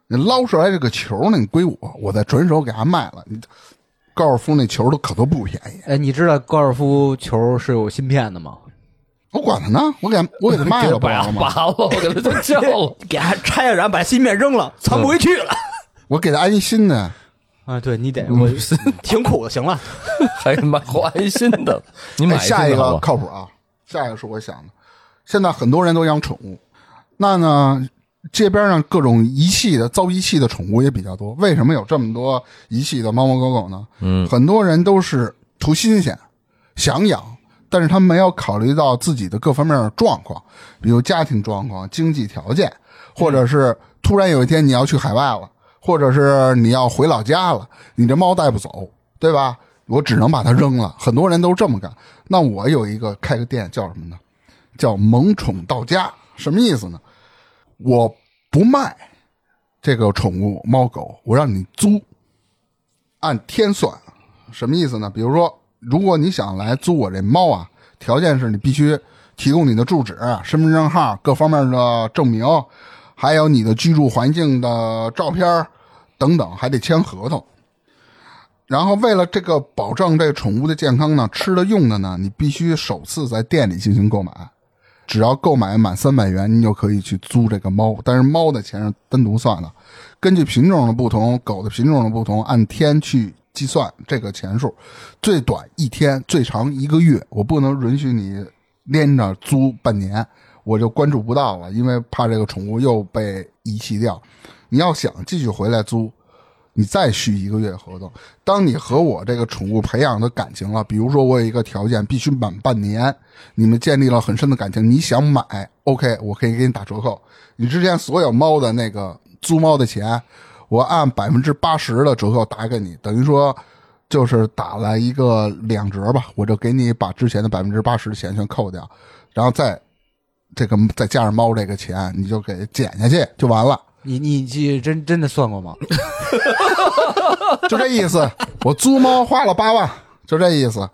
你捞出来这个球呢，你归我，我再转手给它卖了。你高尔夫那球都可都不便宜。 哎，你知道高尔夫球是有芯片的吗？ 我管他呢，我给我给他卖了，不完了吗？ 拔了，我给他就叫了， 给它拆了，然后把芯片扔了，藏不回去了。 我给他安一新的。 啊，对你得我挺苦的，行了， 还买换新的。你买哎、下一个新的好不好靠谱啊，下一个是我想的。现在很多人都养宠物，那呢，这边上各种遗弃的、遭遗弃的宠物也比较多。为什么有这么多遗弃的猫猫狗狗呢？ 嗯， 很多人都是图新鲜，想养，但是他没有考虑到自己的各方面的状况，比如家庭状况、经济条件，或者是突然有一天你要去海外了。或者是你要回老家了，你这猫带不走，对吧？我只能把它扔了。很多人都这么干。那我有一个开个店叫什么呢？叫萌宠到家。什么意思呢？我不卖这个宠物猫狗，我让你租，按天算。什么意思呢？比如说，如果你想来租我这猫啊，条件是你必须提供你的住址、身份证号、各方面的证明，还有你的居住环境的照片等等，还得签合同。然后为了这个保证这个宠物的健康呢，吃的用的呢，你必须首次在店里进行购买，只要购买满三百元，你就可以去租这个猫。但是猫的钱是单独算的，根据品种的不同，狗的品种的不同，按天去计算这个钱数，最短一天，最长一个月。我不能允许你连着租半年，我就关注不到了，因为怕这个宠物又被遗弃掉。你要想继续回来租，你再续一个月合同。当你和我这个宠物培养的感情了，比如说我有一个条件，必须满半年，你们建立了很深的感情，你想买 OK， 我可以给你打折扣。你之前所有猫的那个租猫的钱，我按百分之八十的折扣打给你，等于说就是打了一个两折吧，我就给你把之前的百分之八十的钱全扣掉，然后再这个再加上猫这个钱，你就给减下去就完了。 你你这真真的算过吗？ 就这意思。我租猫花了八万，就这意思。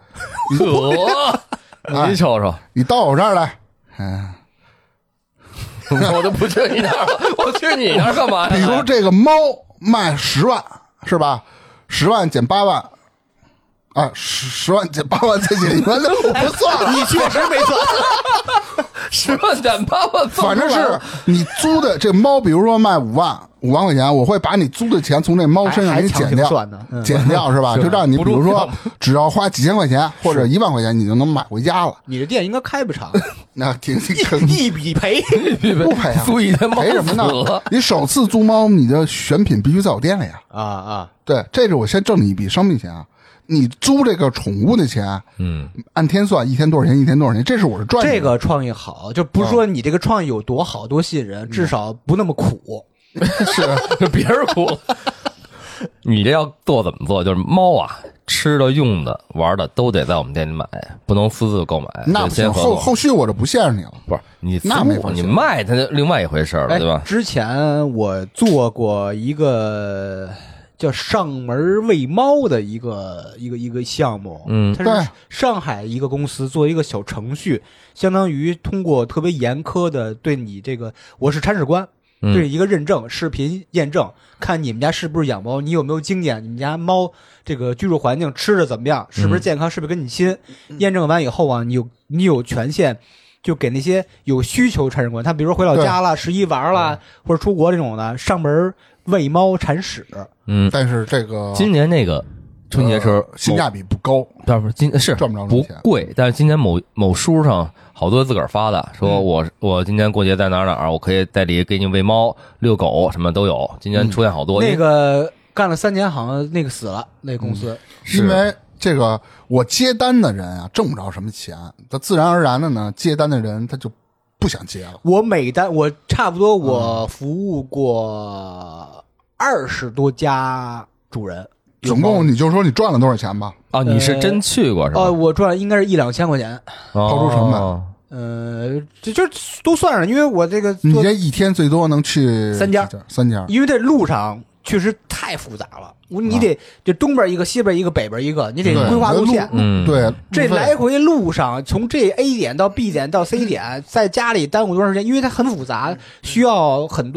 呵，你瞅瞅， 你到我这儿来，嗯， 我都不去你那儿了，我去你那儿干嘛呀？ 比如这个猫卖十万，是吧？十万减八万，啊，十十万减八万再减一万，那我不算了。 你确实没算。 十万减八万， 反正是你租的这猫，比如说卖五万，五万块钱，我会把你租的钱从这猫身上给你减掉， 算的，嗯、 减掉是吧？就让你比如说只要花几千块钱或者一万块钱，你就能买回家了。 你这店应该开不长， 那挺挺一笔赔， 不赔啊？ 租一天猫赔什么呢？你首次租猫，你的选品必须在我店里啊！ 啊啊， 对，这是我先挣你一笔商品钱啊。你租这个宠物的钱， 嗯， 按天算，一天多少钱？一天多少钱？这是我是赚的。 这个创意好，就不是说你这个创意有多好多吸引人，嗯、至少不那么苦。 是别人苦了。你这要做怎么做？就是猫啊，吃的、用的、玩的都得在我们店里买，不能私自购买。 那不行，后后续我就不限制你了。 不是你那没法， 你卖它另外一回事了，对吧？ 之前我做过一个。叫上门喂猫的一个一个一个项目， 嗯， 它是上海一个公司做一个小程序，相当于通过特别严苛的对你这个我是铲屎官， 嗯、 对一个认证视频验证，看你们家是不是养猫，你有没有经验，你们家猫这个居住环境吃的怎么样，是不是健康，嗯、是不是跟你亲，验证完以后啊，你有你有权限。就给那些有需求铲屎官，他比如说回老家了、十一玩了，或者出国这种的，上门喂猫铲屎。 嗯， 但是这个今年那个春节时候、呃、 性价比不高， 但是今是赚不着不贵，但是今年某某书上好多自个儿发的，说我、嗯、我今年过节在哪儿哪儿，我可以代理给你喂猫、遛狗，什么都有。今年出现好多、 嗯、那个干了三年，好像那个死了，那个公司、 嗯、因为。这个我接单的人啊，挣不着什么钱，他自然而然的呢，接单的人他就不想接了。 我每单我差不多我服务过二十多家主人， 嗯、总共你就说你赚了多少钱吧？ 哦，你是真去过是吧？ 呃，我赚应该是一两千块钱， 抛出成本。 哦、 呃，这就都算上，因为我这个你这一天最多能去三家， 三家， 因为这路上。确实太复杂了，你得就东边一个，西边一个，北边一个，你得规划路线。 嗯，对， 这来回路上从这 A 点到 B 点到 C 点，在家里耽误多长时间？因为它很复杂，需要很多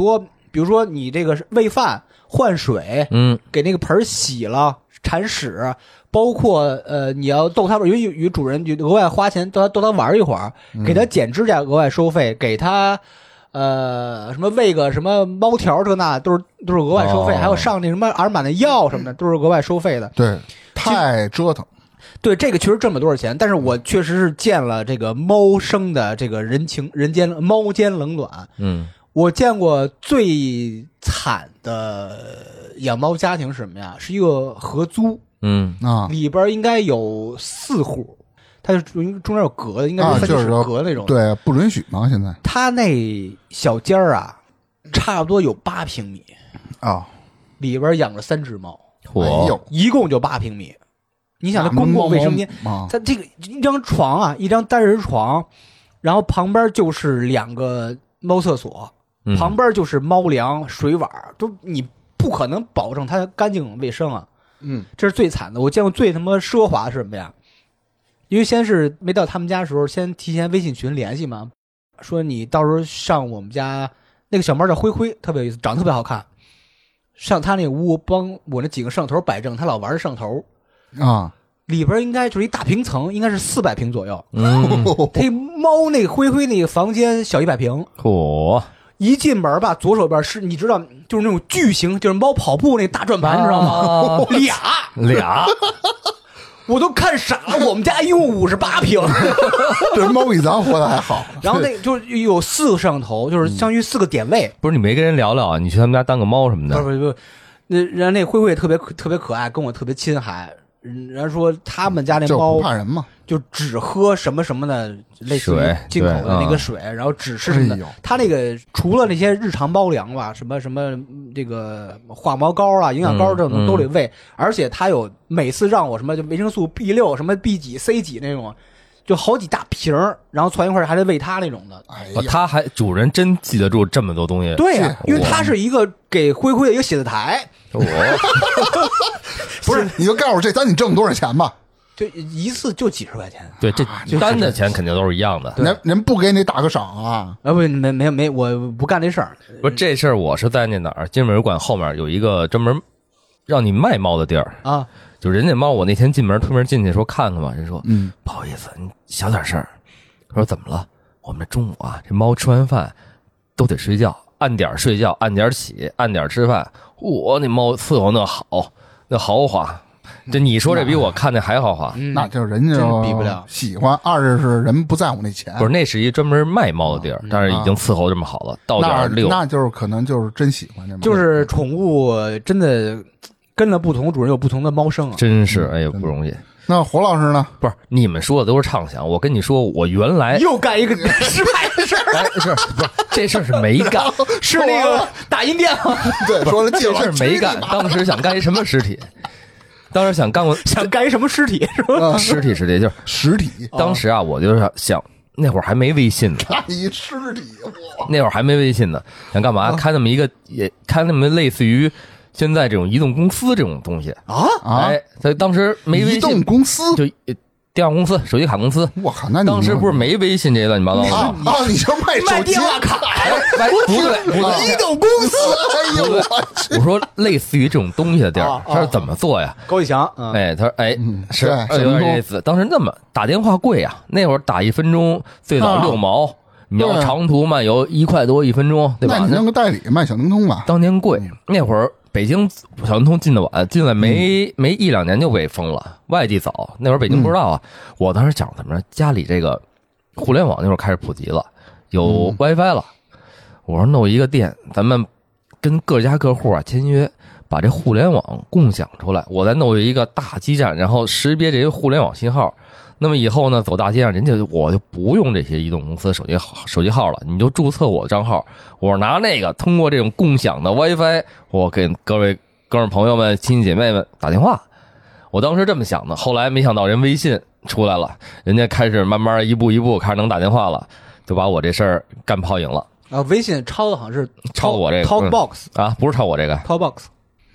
比如说你这个喂饭、换水， 嗯， 给那个盆洗了、铲屎，包括呃你要逗它，因为与主人额外花钱逗它逗它玩一会儿，给它剪指甲额外收费，给它呃什么喂个什么猫条这那都是都是额外收费， 哦还有上那什么阿尔玛的药什么的都是额外收费的。 对，太折腾。 对，这个确实挣不多少钱，但是我确实是见了这个猫生的这个人情人间猫间冷暖。 嗯， 我见过最惨的养猫家庭是什么呀？是一个合租， 嗯啊里边应该有四户，它是中中间有隔的，应该啊， 是三室就是说隔那种。， 对，不允许嘛，现在它那小间儿啊，差不多有八平米， 啊， 里边养着三只猫， 哎嚯， 呦， 一共就八平米。你想，这公共卫生间， 啊， 它这个一张床啊，一张单人床，然后旁边就是两个猫厕所， 嗯旁边就是猫粮、水碗，都你不可能保证它干净卫生啊。 嗯， 这是最惨的。我见过最他妈奢华的是什么呀？因为先是没到他们家的时候，先提前微信群联系嘛，说你到时候上我们家那个小猫叫灰灰，特别有意思，长得特别好看。上他那屋帮我那几个摄像头摆正，他老玩摄像头。 啊， 里边应该就是一大平层，应该是四百平左右。 嗯， 它猫那个灰灰那个房间小一百平， 嚯， 一进门吧，左手边是你知道，就是那种巨型，就是猫跑步那大转盘，你知道吗？ 啊俩， 俩， 我都看傻了。我们家一共五十八平， 这猫比咱活得还好。 然后那就有四个摄像头，就是相当于四个点位。 不是你没跟人聊聊啊？你去他们家当个猫什么的？ 不是不是不是，那人家那灰灰也特别特别可爱，跟我特别亲，还人家说他们家那就猫不怕人嘛， 就只喝什么什么的，类似于水进口的对那个水，然后只吃什么的。 哎呦它那个除了那些日常猫粮吧，什么什么嗯这个化毛膏啊、营养膏这种嗯都得喂，而且它有每次让我什么就维生素 B 六、什么 B 几、C 几那种，就好几大瓶儿，然后攒一块儿还得喂它那种的。 哦哎呀， 他还主人真记得住这么多东西。 对呀、 是因为它是一个给灰灰的一个写字台， 我不是，你就告诉我这单你挣多少钱吧？ 就一次就几十块钱。 对这就是单的钱肯定都是一样的。 人人不给你打个赏啊？ 啊不，没没没，我不干这事儿。 不是这事儿，我是在那哪儿金美馆后面有一个专门让你卖猫的地儿。 啊， 就人家猫，我那天进门推门进去说看看吧，人说嗯， 不好意思，你小点声儿。说怎么了？我们这中午啊，这猫吃完饭都得睡觉，按点睡觉，按点起，按点吃饭。我那猫伺候那好，那豪华。这你说这比我看那还豪华？ 嗯， 那就是人家真是比不了喜欢，二是人不在乎那钱， 不是，那是一专门卖猫的地儿，但是已经伺候这么好了，到点那儿遛。 那就是可能就是真喜欢这猫， 就是宠物真的跟了不同主人有不同的猫生啊。 真是哎呦不容易。 那胡老师呢？ 不是你们说的都是畅想，我跟你说，我原来又干一个失败的事儿， 哎是不是这事儿是没干， 是那个打印店吗？ 对，说了这事儿没干。当时想干一什么尸体？当时想干过想干一什么尸体是吧？ 尸体尸体，就是实体， 当时啊，我就是想那会儿还没微信呢， 看一尸体，哇那会儿还没微信呢，想干嘛？开那么一个，也开那么类似于现在这种移动公司这种东西。 啊， 啊！ 哎，他当时没微移动信， 公司， 就呃电话公司、手机卡公司。 我靠，那你当时不是没微信这些乱七八糟的啊吗？ 啊？你就卖卖手机电话卡呀？ 哎不对不对， 移动公司，哎呦我去！ 我说类似于这种东西的地儿啊，啊他是怎么做呀？ 高以翔，嗯， 哎，他说哎嗯是对哎有点意思。当时那么打电话贵啊，那会儿打一分钟最早啊六毛，你要对长途漫游一块多一分钟，对吧？ 那你弄个代理卖小灵通吧？ 当年贵，那会儿北京小灵通进的晚，进来嗯没没一两年就被封了。外地早，那会儿北京不知道啊。我当时想怎么着，家里这个互联网那会儿开始普及了，有嗯 WiFi 了。我说弄一个店，咱们跟各家各户啊签约，把这互联网共享出来。我再弄一个大基站，然后识别这些互联网信号。那么以后呢，走大街上，人家我就不用这些移动公司手机号手机号了，你就注册我的账号，我拿那个通过这种共享的 WiFi，我给各位哥们朋友们、亲戚姐妹们打电话。我当时这么想的，后来没想到人微信出来了，人家开始慢慢一步一步开始能打电话了，就把我这事儿干泡赢了。 啊，微信抄的好像是抄我这个 Talkbox， 啊，不是抄我这个， Talkbox，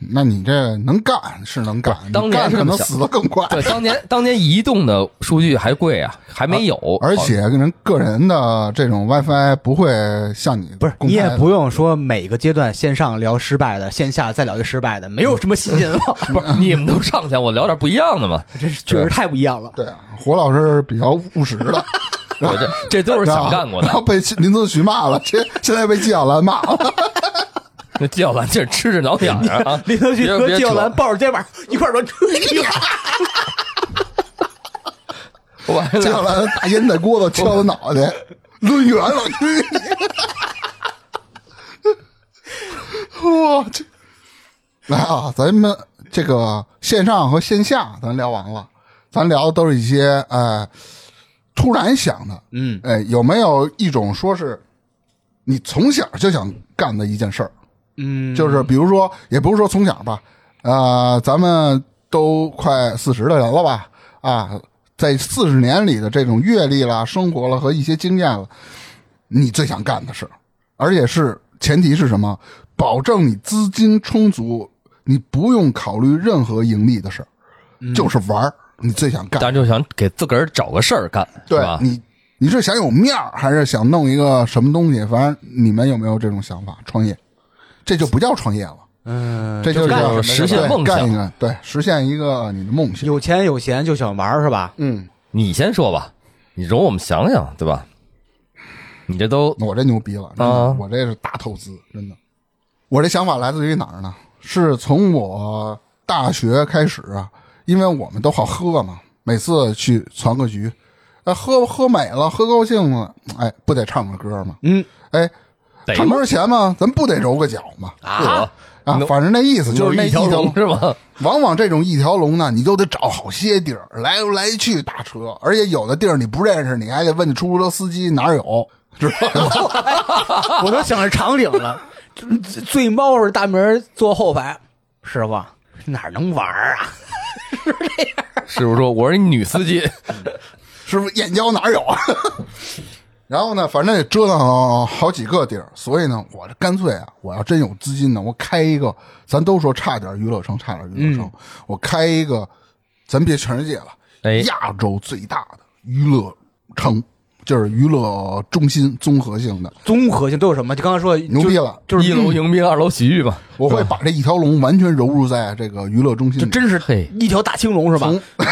那你这能干是能干， 当年可能死得更快。 对，当年当年移动的数据还贵啊，还没有， 而且人个人的这种 WiFi 不会像你不是，你也不用说每个阶段线上聊失败的，线下再聊一个失败的，没有什么新鲜了。 不是你们都上去，我聊点不一样的嘛。 这确实太不一样了。 对啊，胡老师比较务实的， 我这这都是想干过的。 然后被林则徐骂了，现现在被纪晓岚骂了。 那纪晓岚这吃着挠痒痒啊！ 林则徐和纪晓岚抱着肩膀一块儿说：“ 完了， 纪晓岚大烟袋锅子敲他脑袋，抡圆了。我去，来啊，咱们这个线上和线下咱聊完了，咱聊的都是一些呃突然想的， 嗯， 哎，有没有一种说是你从小就想干的一件事儿？ 嗯， 就是比如说，也不是说从小吧，呃，咱们都快四十的人了吧，啊，在四十年里的这种阅历啦、生活了和一些经验了，你最想干的事，而且是前提是什么？保证你资金充足，你不用考虑任何盈利的事儿， 嗯、 就是玩儿，你最想干， 但就想给自个儿找个事儿干， 对是吧？ 你你是想有面儿，还是想弄一个什么东西？反正你们有没有这种想法？创业？这就不叫创业了， 嗯， 这就是叫实现梦想， 干一个对，实现一个你的梦想。 有钱有闲就想玩是吧？ 嗯， 你先说吧，你容我们想想，对吧？你这都我这牛逼了，真的， 啊、 我这是大投资，真的。我这想法来自于哪儿呢？是从我大学开始啊，因为我们都好喝嘛，每次去传个局，哎，喝喝美了，喝高兴了，哎，不得唱个歌吗？ 嗯， 哎。唱歌前嘛，咱不得揉个脚嘛？ 啊啊，反正那意思就是那一条龙是吗？ 往往这种一条龙呢，你都得找好些地儿，来来去打车，而且有的地儿你不认识，你还得问出租车司机哪儿有，知道吗？ 我都想着场景了，醉猫似的大门坐后排，师傅哪儿能玩啊？是这样。 师傅说：“我是你女司机。” 师傅燕郊哪儿有啊？然后呢，反正也折腾好几个地儿，所以呢，我这干脆啊，我要真有资金呢，我开一个，咱都说差点娱乐城，差点娱乐城，嗯、我开一个，咱别全世界了， 哎， 亚洲最大的娱乐城，就是娱乐中心，综合性的， 综合性都有什么？就刚才说牛逼了， 就是一楼迎宾，二楼洗浴嘛。 我会把这一条龙完全揉入在这个娱乐中心里， 就真是嘿一条大青龙是吧？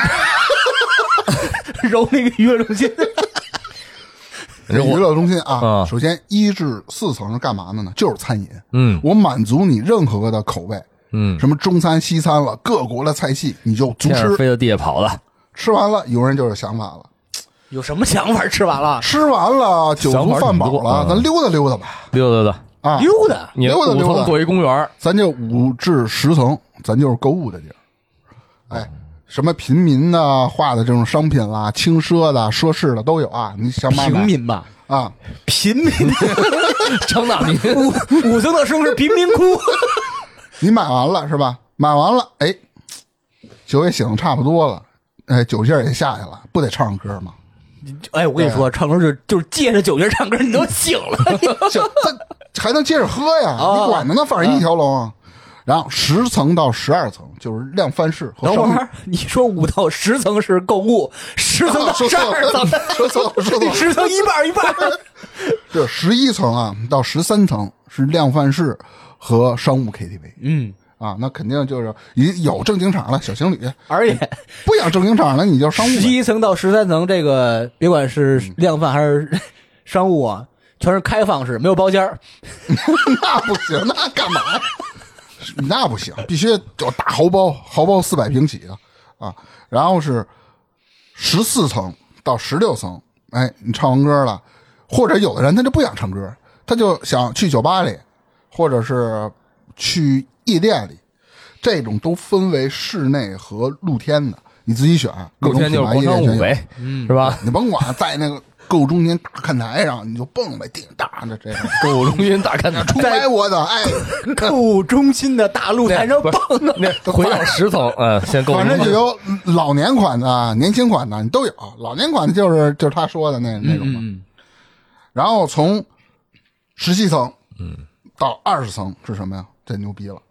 揉那个娱乐中心。 这娱乐中心啊， 啊首先一至四层是干嘛的呢？就是餐饮。 嗯， 我满足你任何的口味， 嗯， 什么中餐、西餐了，各国的菜系你就足吃。 飞到地下跑了， 吃完了，有人就有想法了。 有什么想法？吃完了， 吃完了，酒足饭饱了，咱溜达溜达吧。 溜达溜达啊， 溜达， 你溜达溜达， 做一公园， 咱就五至十层，咱就是购物的地儿。哎。什么平民的画的这种商品啦，轻奢的、奢侈的都有啊！你想买平民吧？ 啊， 平民， 张大民， 五五层的生是贫民窟。 你买完了是吧？买完了，哎，酒也醒得差不多了，哎，酒劲儿也下去了，不得唱唱歌吗？ 哎，我跟你说，唱歌就就是借着酒劲唱歌，你都醒了， 这还能接着喝呀？ 哦、 你管他呢，反正一条龙啊。然后十层到十二层就是量贩式和商品。你说五到十层是购物，十层到十二层， 说错了，说错了， 十层一半一半。 这十一层啊到十三层是量贩式和商务 K T V。 嗯啊，那肯定就是有正经场了，小情侣， 而且不养正经场了，你就商务。 十一层到十三层，这个别管是量贩还是商务啊，全是开放式，没有包间儿。 那不行，那干嘛呀？那不行，必须有大豪包，豪包四百平起啊啊！然后是十四层到十六层，哎，你唱完歌了，或者有的人他就不想唱歌，他就想去酒吧里，或者是去夜店里，这种都分为室内和露天的，你自己选。 露天就是广场舞呗， 嗯， 是吧？ 你甭管在那个购物中心大看台上，你就蹦呗，叮当的这种购物中心大看台， 出来我的哎， 购物中心的大露台上蹦啊！ 那回到十层，嗯，先购物。 反正就有老年款的、年轻款的，你都有。老年款的就是就是他说的那那种嘛。 嗯、 然后从十七层，嗯，到二十层是什么呀？这牛逼了，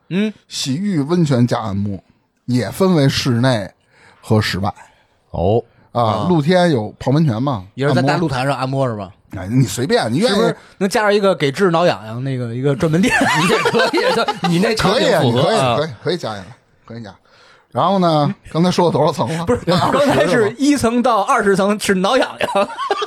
嗯， 洗浴、温泉加按摩，也分为室内和室外哦， 啊。露天有泡温泉嘛， 也是在按摩大露台上按摩是吧？ 哎，你随便，你愿意是不是能加上一个给治挠痒痒那个一个专门店？ 你这可以，就你那场可以， 景符你可以， 合啊可以，可以加进来，可以加。然后呢，刚才说了多少层了？不是， 刚才是一层到二十层是挠痒痒，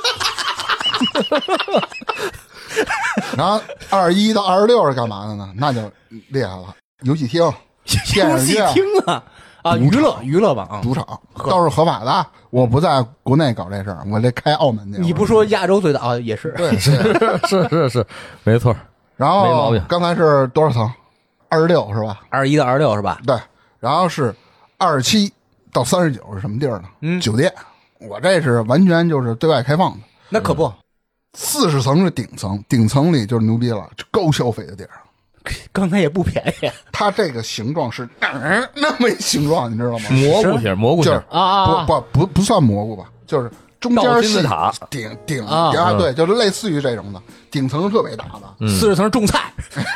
然后二十一到二十六是干嘛的呢？那就厉害了，游戏厅、电游戏影院、 厅啊啊，娱乐娱乐吧啊！ 赌场都是合法的。我不在国内搞这事儿，我这开澳门去。 你不说亚洲最大啊，也是对， 是是是是，没错。 然后没毛病刚才是多少层？二十六是吧？ 二十一到二十六是吧？ 对，然后是二十七到三十九是什么地儿呢？ 嗯， 酒店。我这是完全就是对外开放的。 那可不， 四十层是顶层，顶层里就是牛逼了，高消费的地儿。 刚才也不便宜它这个形状是、呃、那么一形状，你知道吗？ 蘑菇型，蘑菇型就是啊啊， 不不不不算蘑菇吧，就是中间倒金细字塔顶顶啊啊，对，就是类似于这种的，顶层是特别大的， 四十层种菜，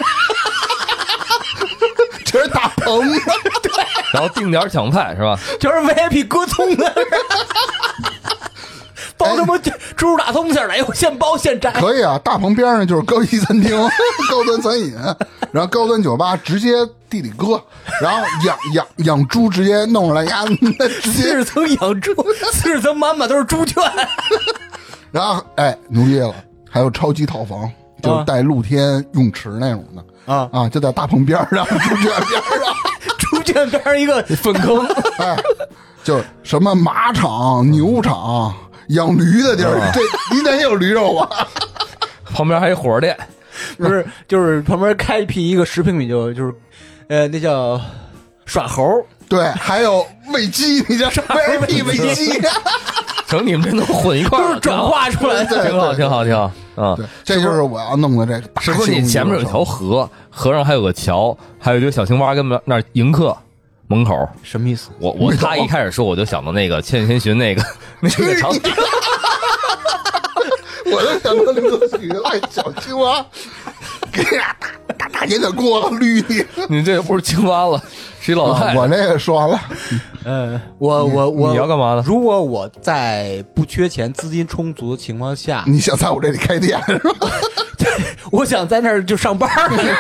全是大棚， 然后定点抢菜是吧？ 全是 V I P 割葱的，包什么猪肉大葱馅儿的，有现包现摘。 可以啊，大棚边上就是高级餐厅、高端餐饮，然后高端酒吧直接地里割，然后养养养猪直接弄出来呀，直接四十层养猪，四十层满满都是猪圈。 然后哎牛逼了，还有超级套房，就是带露天泳池那种的啊啊，就在大棚边上，猪圈边上， 猪圈边上一个粪坑， 哎，就什么马场、牛场。养驴的地儿，这你得有驴肉啊！ 旁边还有火锅店， 不是，就是旁边开辟一个十平米就就是，呃，那叫耍猴， 对，还有喂鸡，你叫 V I P 喂鸡， 成你们这能混一块儿， 都是转化出来的， 挺好，挺好，挺好啊！ 对，这就是我要弄的这个大是不是你前面有一条河，河上还有个桥，还有一堆小青蛙跟那儿迎客？门口什么意思？ 我我他一开始说我就想到那个《千与千寻》那个那个场景， 我就想到刘德许爱小青蛙，给俩大大大烟的锅捋你。 你这不是青蛙了，是一老太太。 我这个说完了， 嗯，我我我你要干嘛呢？ 如果我在不缺钱、资金充足的情况下， 你想在我这里开店是吧？ 我想在那儿就上班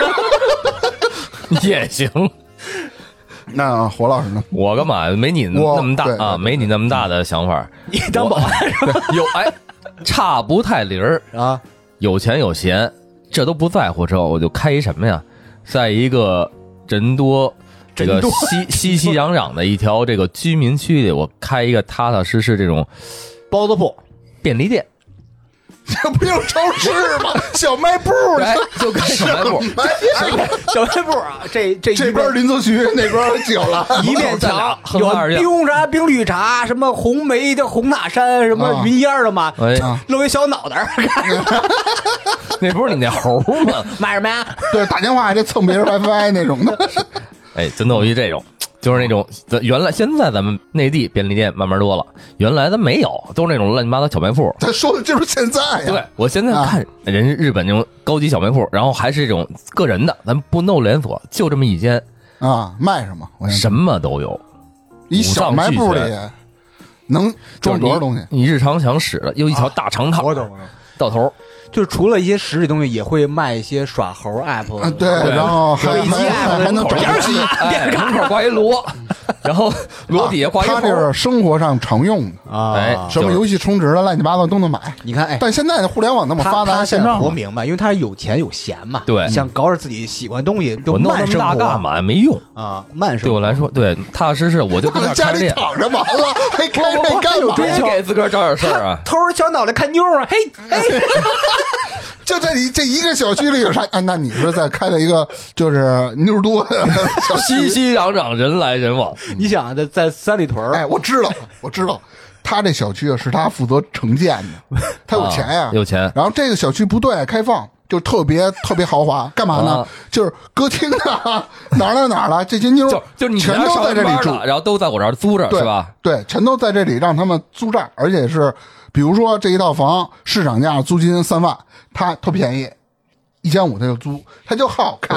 也行。 那火老师呢？ 我干嘛？没你那么大啊，没你那么大的想法。 你当保安是吧？ 有哎，差不太离儿啊， 有钱有闲，这都不在乎。之后我就开一什么呀？在一个人多、这个熙熙熙攘攘的一条这个居民区里，我开一个踏踏实实这种包子铺、 便利店。 这不就是超市吗？小卖部， 哎，就开小卖部， 小卖部啊，这这这边林则徐，那边酒了， 一面墙有冰红茶、冰绿茶，什么红梅的红塔山，什么云烟的嘛， 哎， 露一小脑袋， 那不是你那猴吗？ 买什么呀？ 对，打电话还得蹭别人 WiFi 那种的。 哎，真的有一这种。就是那种原来现在咱们内地便利店慢慢多了，原来咱没有，都是那种乱七八糟小卖铺。 他说的就是现在呀。 对，我现在看人日本那种高级小卖铺，然后还是这种个人的，咱不弄连锁，就这么一间啊，卖什么？我什么都有。 一小卖部里能装多少东西？ 你日常想使的，又一条大长套， 我懂， 到头。 就是除了一些实体东西，也会卖一些耍猴 app， 啊，对，然后还飞机 app， 还能找机， 哎，门口挂一锣，然后锣底下挂一猴。 他这是生活上常用的啊， 哎， 什么游戏充值的乱七八糟都能买。 你看，哎， 但现在的互联网那么发达， 他现在活明白，因为他有钱有闲嘛， 对， 想搞点自己喜欢的东西，就我弄那么大干嘛？没用啊，慢生活。 对我来说，对，踏踏实实，我就跟家里躺着完了，还开这干嘛？ 追求给自个儿找点事儿啊！ 偷着小脑袋看妞啊，嘿，嘿。 就这一这一个小区里有啥？啊，那你是在开了一个就是妞多的熙熙攘攘，人来人往。 你想在在三里屯， 哎，我知道，我知道，他这小区啊是他负责承建的，他有钱呀、啊， 有钱。 然后这个小区不对外开放，就特别特别豪华，干嘛呢？ 啊、 就是歌厅啊，哪儿了哪儿了，这些妞就就你全都在这里住， 然后都在我这儿租着，是吧？ 对，全都在这里让他们租这儿，而且是比如说这一套房市场价租金三万。他特便宜，一千五他就租，他就好看，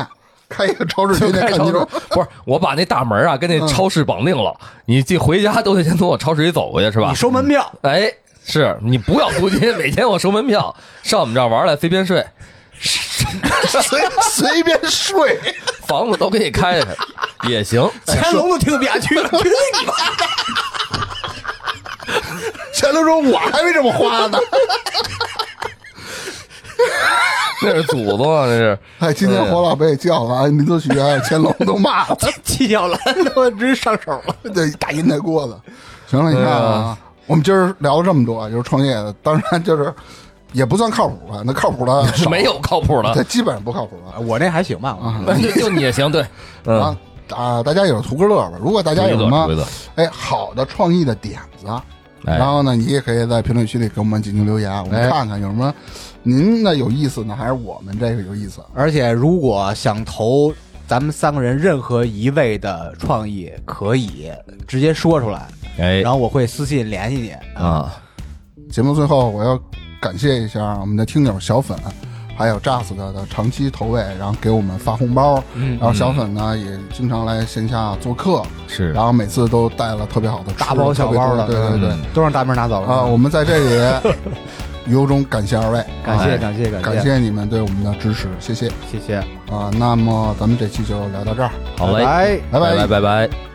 开一个超市天天看妞。 不是，我把那大门啊跟那超市绑定了，你这回家都得先从我超市里走过去，是吧？ 你收门票， 哎，是你不要租金，每天我收门票，上我们这儿玩来随便睡， 随随便睡， 房子都给你开开也行。 乾隆都听不下去了，去你妈！ 乾隆说：“我还没这么花呢。” 那是祖宗啊，那是。 哎，今天火老被叫了啊，民族曲啊，乾隆都骂了， 七小兰都直上手了， 对，大银带锅子。行了，你看啊，我们今儿聊了这么多，就是创业的，当然就是也不算靠谱了，那靠谱的是没有靠谱的， 这基本上不靠谱了。 我那还行吧， 啊， 就就你也行，对，嗯啊啊，大家有图个乐吧。如果大家有什么哎好的创意的点子， 哎、 然后呢，你也可以在评论区里给我们进行留言，我们看看有什么您的有意思呢，还是我们这个有意思。 而且如果想投咱们三个人任何一位的创意，可以直接说出来， 哎， 然后我会私信联系你啊。 节目最后，我要感谢一下我们的听友小粉，还有 Just 的长期投喂，然后给我们发红包。嗯，然后小粉呢、嗯、也经常来线下做客， 是， 然后每次都带了特别好的大包小包的， 对对对， 嗯、都让大明拿走了啊！我们在这里由衷感谢二位， 感谢感谢感谢感谢你们对我们的支持，谢谢谢谢啊！那么咱们这期就聊到这儿， 好嘞， 拜拜拜拜拜拜。